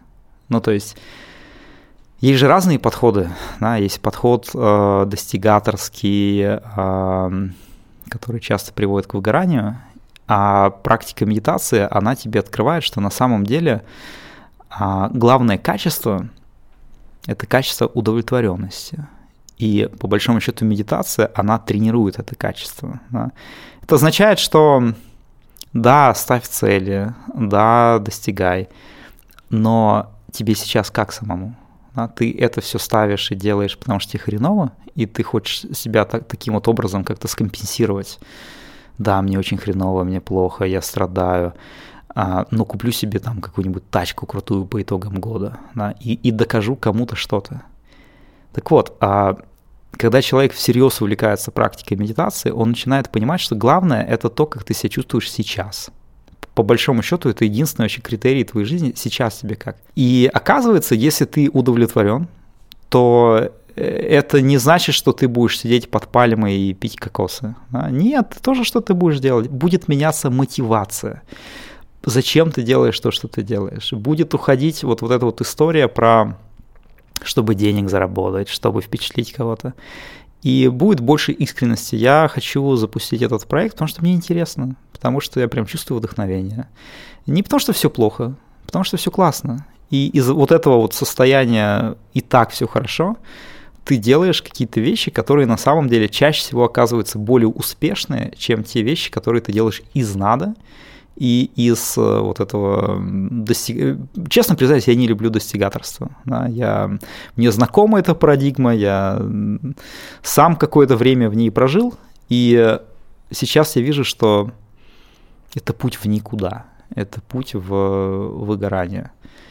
Ну, то есть есть же разные подходы, да, есть подход э, достигаторский, э, который часто приводит к выгоранию, а практика медитации, она тебе открывает, что на самом деле э, главное качество – это качество удовлетворенности. И по большому счету медитация, она тренирует это качество. Да. Это означает, что да, ставь цели, да, достигай, но тебе сейчас как самому? Да, ты это все ставишь и делаешь, потому что тебе хреново, и ты хочешь себя так, таким вот образом как-то скомпенсировать. Да, мне очень хреново, мне плохо, я страдаю, а, но куплю себе там какую-нибудь тачку крутую по итогам года, да, и, и докажу кому-то что-то. Так вот, а когда человек всерьез увлекается практикой медитации, он начинает понимать, что главное – это то, как ты себя чувствуешь сейчас. По большому счету, это единственный вообще критерий твоей жизни, сейчас тебе как. И оказывается, если ты удовлетворен, то это не значит, что ты будешь сидеть под пальмой и пить кокосы. Нет, тоже что ты будешь делать. Будет меняться мотивация. Зачем ты делаешь то, что ты делаешь? Будет уходить вот, вот эта вот история про чтобы денег заработать, чтобы впечатлить кого-то. И будет больше искренности. Я хочу запустить этот проект, потому что мне интересно, потому что я прям чувствую вдохновение. Не потому что все плохо, потому что все классно. И из вот этого вот состояния «и так все хорошо» ты делаешь какие-то вещи, которые на самом деле чаще всего оказываются более успешные, чем те вещи, которые ты делаешь из надо, и из вот этого достиг... Честно признаюсь, я не люблю достигаторство. Да? Я... Мне знакома эта парадигма, я сам какое-то время в ней прожил, и сейчас я вижу, что это путь в никуда, это путь в выгорание.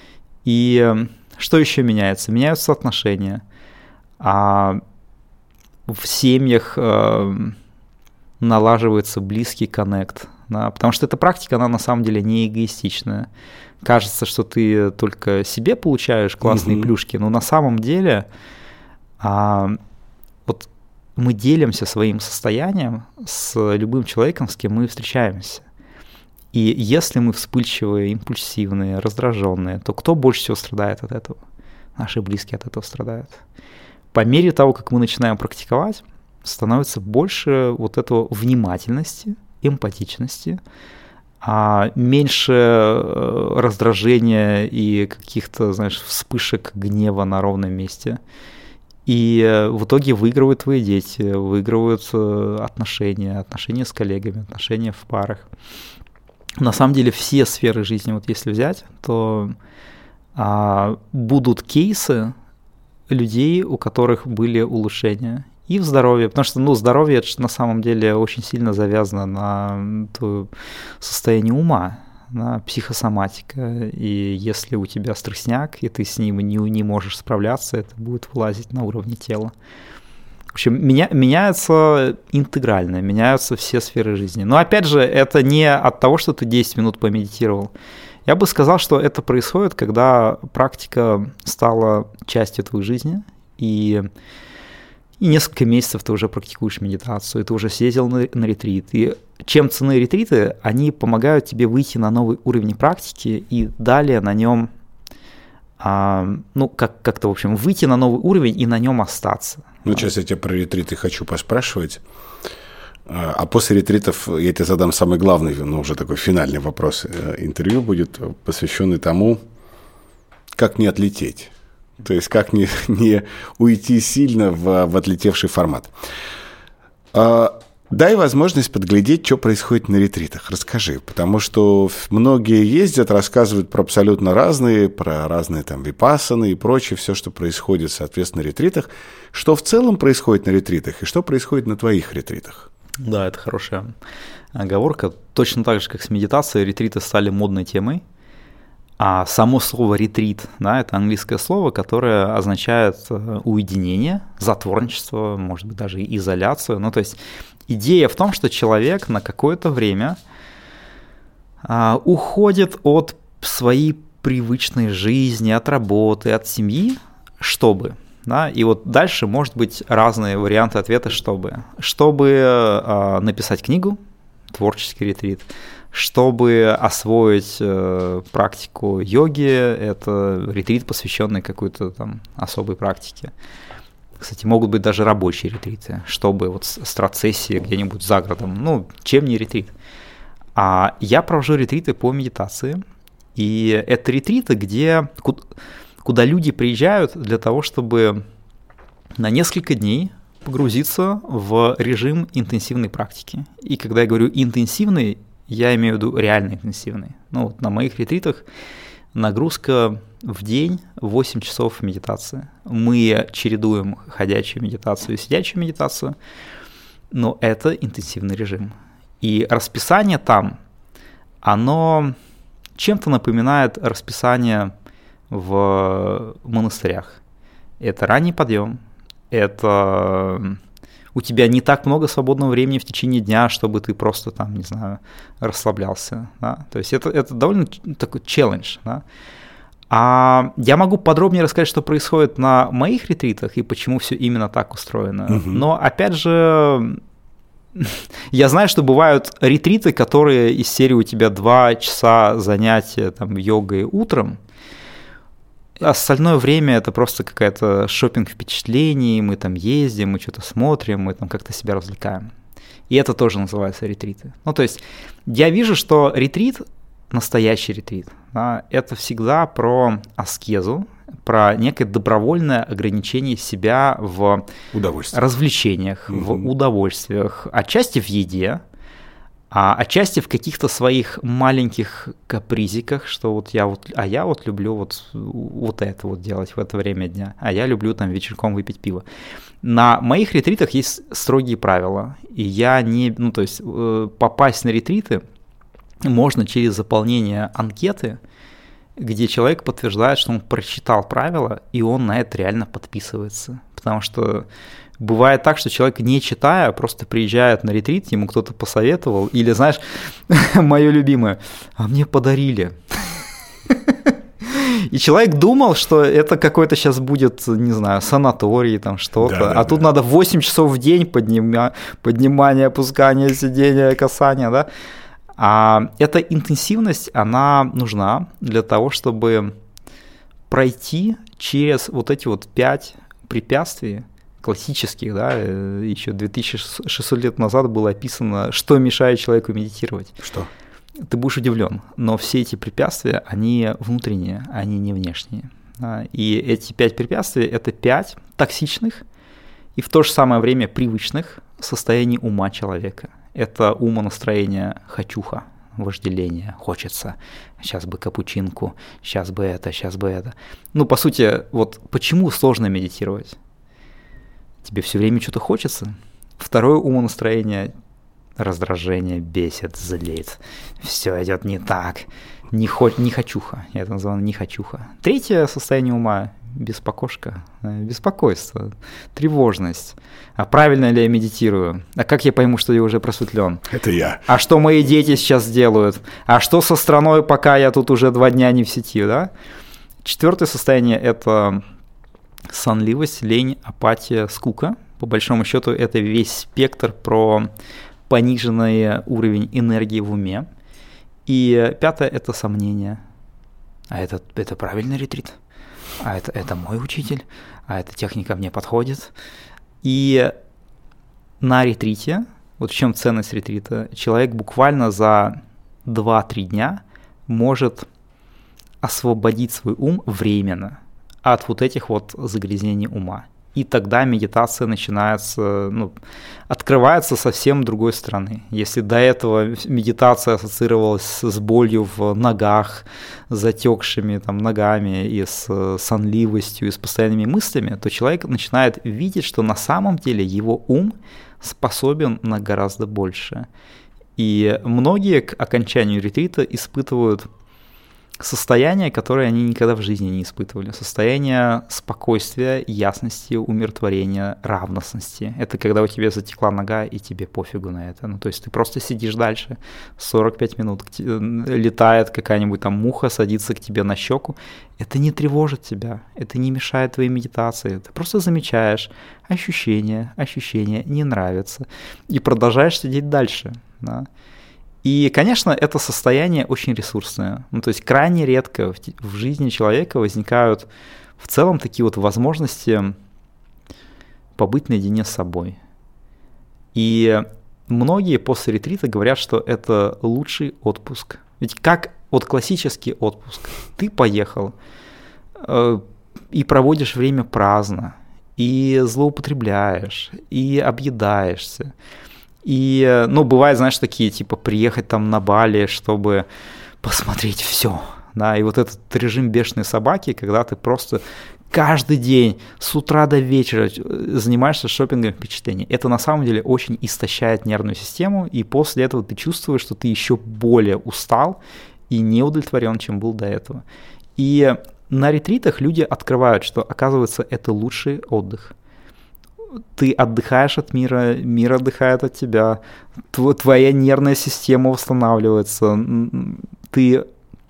И что еще меняется? Меняются отношения. А в семьях налаживается близкий коннект. Да, потому что эта практика, она на самом деле не эгоистичная. Кажется, что ты только себе получаешь классные угу. плюшки, но на самом деле а, вот мы делимся своим состоянием с любым человеком, с кем мы встречаемся. И если мы вспыльчивые, импульсивные, раздраженные, то кто больше всего страдает от этого? Наши близкие от этого страдают. По мере того, как мы начинаем практиковать, становится больше вот этого внимательности, эмпатичности, а меньше раздражения и каких-то, знаешь, вспышек гнева на ровном месте. И в итоге выигрывают твои дети, выигрывают отношения, отношения с коллегами, отношения в парах. На самом деле все сферы жизни, вот если взять, то а, будут кейсы людей, у которых были улучшения. И в здоровье, потому что, ну, здоровье это на самом деле очень сильно завязано на состояние ума, на психосоматика. И если у тебя стрессняк, и ты с ним не, не можешь справляться, это будет вылазить на уровне тела. В общем, меня, меняется интегрально, меняются все сферы жизни. Но опять же, это не от того, что ты десять минут помедитировал. Я бы сказал, что это происходит, когда практика стала частью твоей жизни, и И несколько месяцев ты уже практикуешь медитацию, ты уже съездил на, на ретрит. И чем ценны ретриты, они помогают тебе выйти на новый уровень практики и далее на нем, а, ну, как, как-то, в общем, выйти на новый уровень и на нем остаться. Ну, сейчас я тебя про ретриты хочу поспрашивать. А после ретритов я тебе задам самый главный, ну, уже такой финальный вопрос. Интервью будет посвященный тому, как не отлететь. То есть, как не, не уйти сильно в, в отлетевший формат. А, дай возможность подглядеть, что происходит на ретритах. Расскажи, потому что многие ездят, рассказывают про абсолютно разные, про разные там випассаны и прочее, все, что происходит, соответственно, на ретритах. Что в целом происходит на ретритах и что происходит на твоих ретритах? Да, это хорошая оговорка. Точно так же, как с медитацией, ретриты стали модной темой. А само слово «ретрит», да, это английское слово, которое означает уединение, затворничество, может быть, даже изоляцию. Ну, то есть идея в том, что человек на какое-то время а, уходит от своей привычной жизни, от работы, от семьи, чтобы... Да, и вот дальше может быть разные варианты ответа «чтобы». Чтобы а, написать книгу, творческий ретрит, Чтобы освоить э, практику йоги, это ретрит, посвященный какой-то там особой практике. Кстати, могут быть даже рабочие ретриты, чтобы вот страт-сессии где-нибудь за городом. Ну, чем не ретрит? А я провожу ретриты по медитации. И это ретриты, где, куда люди приезжают для того, чтобы на несколько дней погрузиться в режим интенсивной практики. И когда я говорю интенсивный, я имею в виду реально интенсивный. Ну, вот на моих ретритах нагрузка в день восемь часов медитации. Мы чередуем ходячую медитацию и сидячую медитацию, но это интенсивный режим. И расписание там, оно чем-то напоминает расписание в монастырях. Это ранний подъем, это у тебя не так много свободного времени в течение дня, чтобы ты просто там, не знаю, расслаблялся. Да? То есть это, это довольно такой челлендж. Да? А я могу подробнее рассказать, что происходит на моих ретритах и почему все именно так устроено. Угу. Но опять же, я знаю, что бывают ретриты, которые из серии у тебя два часа занятия там, йогой утром. Остальное время это просто какая-то шопинг впечатлений, мы там ездим, мы что-то смотрим, мы там как-то себя развлекаем. И это тоже называется ретриты. Ну, то есть я вижу, что ретрит, настоящий ретрит, да, это всегда про аскезу, про некое добровольное ограничение себя в развлечениях, угу. в удовольствиях, отчасти в еде, а отчасти в каких-то своих маленьких капризиках, что вот я вот, а я вот люблю вот, вот это вот делать в это время дня, а я люблю там вечерком выпить пиво. На моих ретритах есть строгие правила, и я не, ну то есть попасть на ретриты можно через заполнение анкеты, где человек подтверждает, что он прочитал правила, и он на это реально подписывается, потому что бывает так, что человек, не читая, просто приезжает на ретрит, ему кто-то посоветовал, или, знаешь, мое любимое, а мне подарили. И человек думал, что это какой-то сейчас будет, не знаю, санаторий, там что-то, да, да, а тут да. надо восемь часов в день поднима... поднимание, опускание, сидение, касание, да. А эта интенсивность, она нужна для того, чтобы пройти через вот эти вот пять препятствий, классических, да, еще две тысячи шестьсот лет назад было описано, что мешает человеку медитировать. Что? Ты будешь удивлен, но все эти препятствия, они внутренние, они не внешние. И эти пять препятствий – это пять токсичных и в то же самое время привычных состояний ума человека. Это умонастроение хочуха, вожделение, хочется, сейчас бы капучинку, сейчас бы это, сейчас бы это. Ну, по сути, вот почему сложно медитировать? Тебе все время что-то хочется. Второе умонастроение – раздражение, бесит, злит. Все идет не так. Не, хо- не хочуха. Я это называю не хочуха. Третье состояние ума – беспокошка, беспокойство, тревожность. А правильно ли я медитирую? А как я пойму, что я уже просветлен? Это я. А что мои дети сейчас делают? А что со страной, пока я тут уже два дня не в сети, да? Четвертое состояние – это сонливость, лень, апатия, скука. По большому счету, это весь спектр про пониженный уровень энергии в уме. И пятое – это сомнение. А это, это правильный ретрит? А это, это мой учитель? А эта техника мне подходит? И на ретрите, вот в чем ценность ретрита, человек буквально за два-три дня может освободить свой ум временно от вот этих вот загрязнений ума. И тогда медитация начинается, ну, открывается совсем другой стороны. Если до этого медитация ассоциировалась с болью в ногах, затекшими там ногами и с сонливостью, и с постоянными мыслями, то человек начинает видеть, что на самом деле его ум способен на гораздо больше. И многие к окончанию ретрита испытывают состояние, которое они никогда в жизни не испытывали. Состояние спокойствия, ясности, умиротворения, равностности. Это когда у тебя затекла нога, и тебе пофигу на это. Ну, то есть ты просто сидишь дальше, сорок пять минут, летает какая-нибудь там муха, садится к тебе на щеку. Это не тревожит тебя, это не мешает твоей медитации. Ты просто замечаешь ощущения, ощущения не нравятся, и продолжаешь сидеть дальше. Да? И, конечно, это состояние очень ресурсное. Ну, то есть крайне редко в, в жизни человека возникают в целом такие вот возможности побыть наедине с собой. И многие после ретрита говорят, что это лучший отпуск. Ведь как вот классический отпуск. Ты поехал э, и проводишь время праздно, и злоупотребляешь, и объедаешься. И, ну, бывает, знаешь, такие, типа, приехать там на Бали, чтобы посмотреть все, да, и вот этот режим бешеной собаки, когда ты просто каждый день с утра до вечера занимаешься шопингом впечатлений, это на самом деле очень истощает нервную систему, и после этого ты чувствуешь, что ты еще более устал и не удовлетворен, чем был до этого. И на ретритах люди открывают, что, оказывается, это лучший отдых. Ты отдыхаешь от мира, мир отдыхает от тебя, твоя нервная система восстанавливается, ты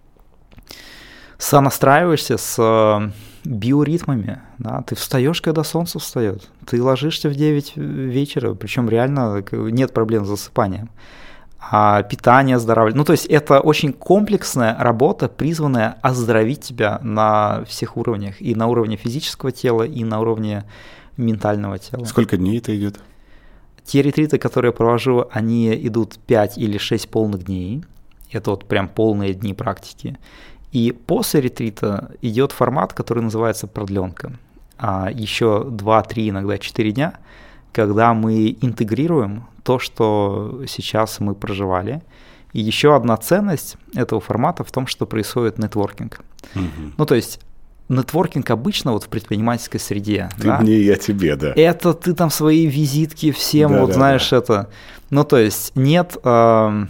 сонастраиваешься с биоритмами, да? Ты встаешь, когда солнце встает, ты ложишься в девять вечера, причем реально нет проблем с засыпанием. А питание, оздоравливание. Ну, то есть это очень комплексная работа, призванная оздоровить тебя на всех уровнях, и на уровне физического тела, и на уровне ментального тела. Сколько дней это идет? Те ретриты, которые я провожу, они идут пять или шесть полных дней. Это вот прям полные дни практики. И после ретрита идет формат, который называется продленка. А еще два-три, иногда четыре дня, когда мы интегрируем то, что сейчас мы проживали. И еще одна ценность этого формата в том, что происходит нетворкинг. Угу. Ну, то есть нетворкинг обычно вот в предпринимательской среде. Ты да? мне, я тебе, да. Это ты там свои визитки всем, да, вот да, знаешь да. это. Ну, то есть нет э,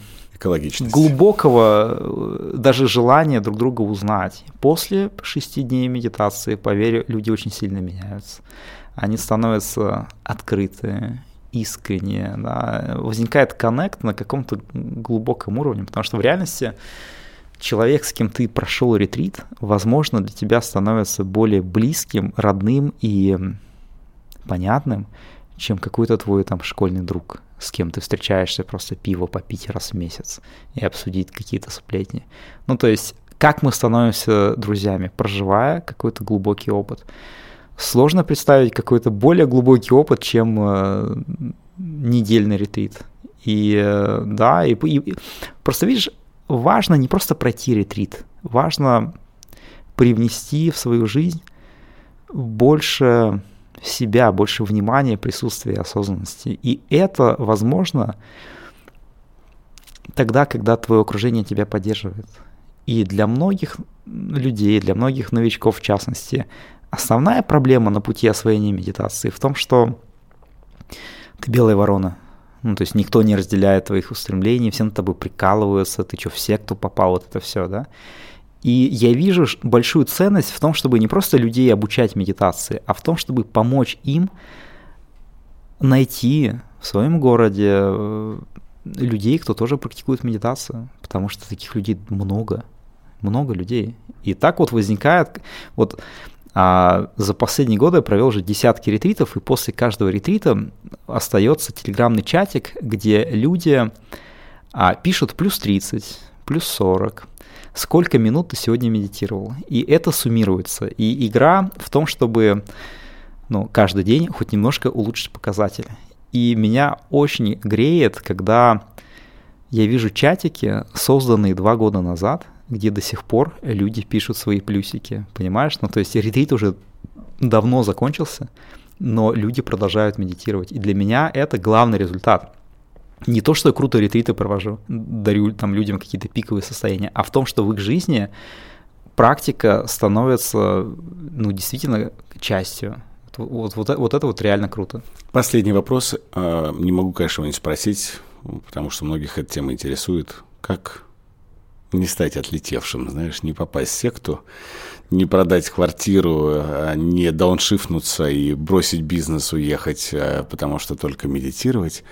глубокого даже желания друг друга узнать. После шести дней медитации, поверь, люди очень сильно меняются. Они становятся открытые, искренние. Да? Возникает коннект на каком-то глубоком уровне, потому что в реальности человек, с кем ты прошел ретрит, возможно, для тебя становится более близким, родным и понятным, чем какой-то твой там школьный друг, с кем ты встречаешься просто пиво попить раз в месяц и обсудить какие-то сплетни. Ну, то есть, как мы становимся друзьями, проживая какой-то глубокий опыт. Сложно представить какой-то более глубокий опыт, чем э, недельный ретрит. И э, да, и, и просто видишь, важно не просто пройти ретрит, важно привнести в свою жизнь больше себя, больше внимания, присутствия, осознанности. И это возможно тогда, когда твое окружение тебя поддерживает. И для многих людей, для многих новичков в частности, основная проблема на пути освоения медитации в том, что ты белая ворона. Ну, то есть никто не разделяет твоих устремлений, все над тобой прикалываются, ты что, в секту попал, вот это все, да? И я вижу большую ценность в том, чтобы не просто людей обучать медитации, а в том, чтобы помочь им найти в своем городе людей, кто тоже практикует медитацию, потому что таких людей много, много людей. И так вот возникает, вот а, за последние годы я провел уже десятки ретритов, и после каждого ретрита остается телеграмный чатик, где люди а, пишут плюс тридцать, плюс сорок, сколько минут ты сегодня медитировал. И это суммируется. И игра в том, чтобы ну, каждый день хоть немножко улучшить показатели. И меня очень греет, когда я вижу чатики, созданные два года назад, где до сих пор люди пишут свои плюсики. Понимаешь? Ну, то есть ретрит уже давно закончился, но люди продолжают медитировать. И для меня это главный результат. Не то, что я круто ретриты провожу, дарю там людям какие-то пиковые состояния, а в том, что в их жизни практика становится ну, действительно частью. Вот, вот, вот это вот реально круто. Последний вопрос. Не могу, конечно, его не спросить, потому что многих эта тема интересует. Как не стать отлетевшим, знаешь, не попасть в секту, не продать квартиру, не дауншифнуться и бросить бизнес, уехать, потому что только медитировать.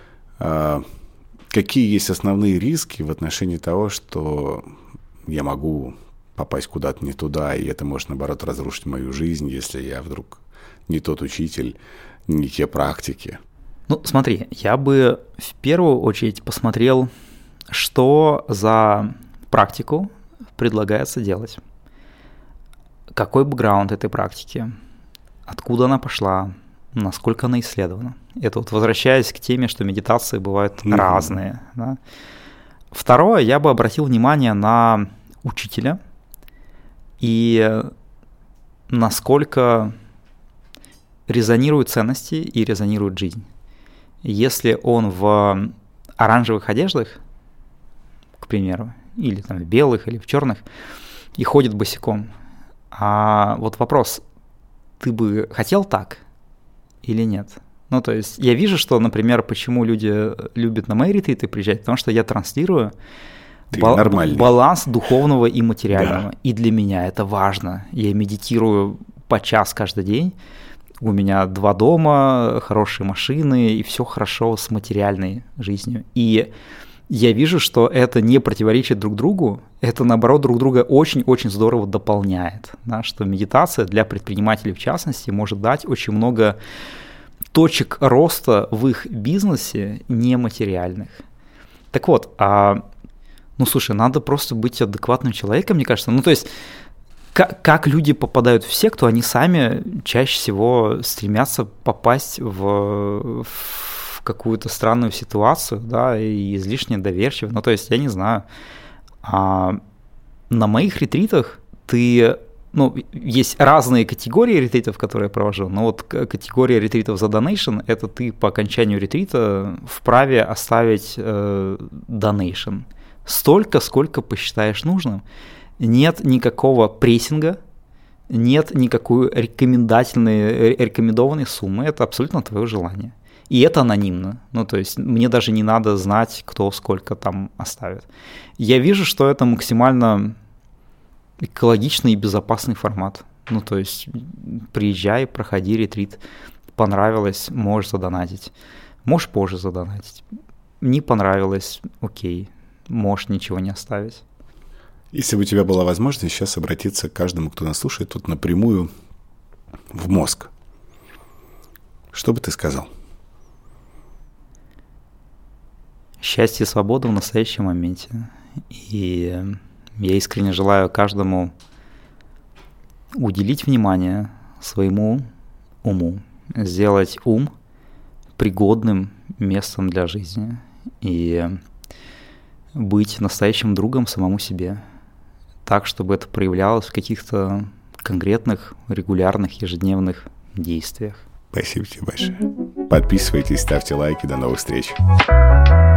Какие есть основные риски в отношении того, что я могу попасть куда-то не туда, и это может, наоборот, разрушить мою жизнь, если я вдруг не тот учитель, не те практики? Ну, смотри, я бы в первую очередь посмотрел, что за практику предлагается делать? Какой бэкграунд этой практики? Откуда она пошла? Насколько она исследована? Это вот возвращаясь к теме, что медитации бывают mm-hmm. разные. Да? Второе, я бы обратил внимание на учителя и насколько резонируют ценности и резонирует жизнь. Если он в оранжевых одеждах, к примеру, или там в белых, или в черных, и ходит босиком, а вот вопрос, ты бы хотел так или нет? Ну, то есть я вижу, что, например, почему люди любят на мои ретриты приезжать, потому что я транслирую ба- баланс духовного и материального. Да. И для меня это важно. Я медитирую по час каждый день. У меня два дома, хорошие машины, и все хорошо с материальной жизнью. И я вижу, что это не противоречит друг другу, это, наоборот, друг друга очень-очень здорово дополняет. Да? Что медитация для предпринимателей, в частности, может дать очень много точек роста в их бизнесе нематериальных. Так вот, а, ну, слушай, надо просто быть адекватным человеком, мне кажется. Ну, то есть, как, как люди попадают в секту, они сами чаще всего стремятся попасть в, в какую-то странную ситуацию, да, и излишне доверчивы. Ну, то есть, я не знаю, а, на моих ретритах ты... Ну, есть разные категории ретритов, которые я провожу, но вот категория ретритов за donation – это ты по окончанию ретрита вправе оставить э, donation столько, сколько посчитаешь нужным. Нет никакого прессинга, нет никакой рекомендательной, рекомендованной суммы, это абсолютно твое желание. И это анонимно, ну, то есть мне даже не надо знать, кто сколько там оставит. Я вижу, что это максимально экологичный и безопасный формат. Ну, то есть приезжай, проходи ретрит, понравилось, можешь задонатить. Можешь позже задонатить. Не понравилось, окей, можешь ничего не оставить. Если бы у тебя была возможность сейчас обратиться к каждому, кто нас слушает, тут напрямую в мозг, что бы ты сказал? Счастье и свобода в настоящем моменте. И я искренне желаю каждому уделить внимание своему уму, сделать ум пригодным местом для жизни и быть настоящим другом самому себе, так, чтобы это проявлялось в каких-то конкретных, регулярных, ежедневных действиях. Спасибо тебе большое. Подписывайтесь, ставьте лайки. До новых встреч.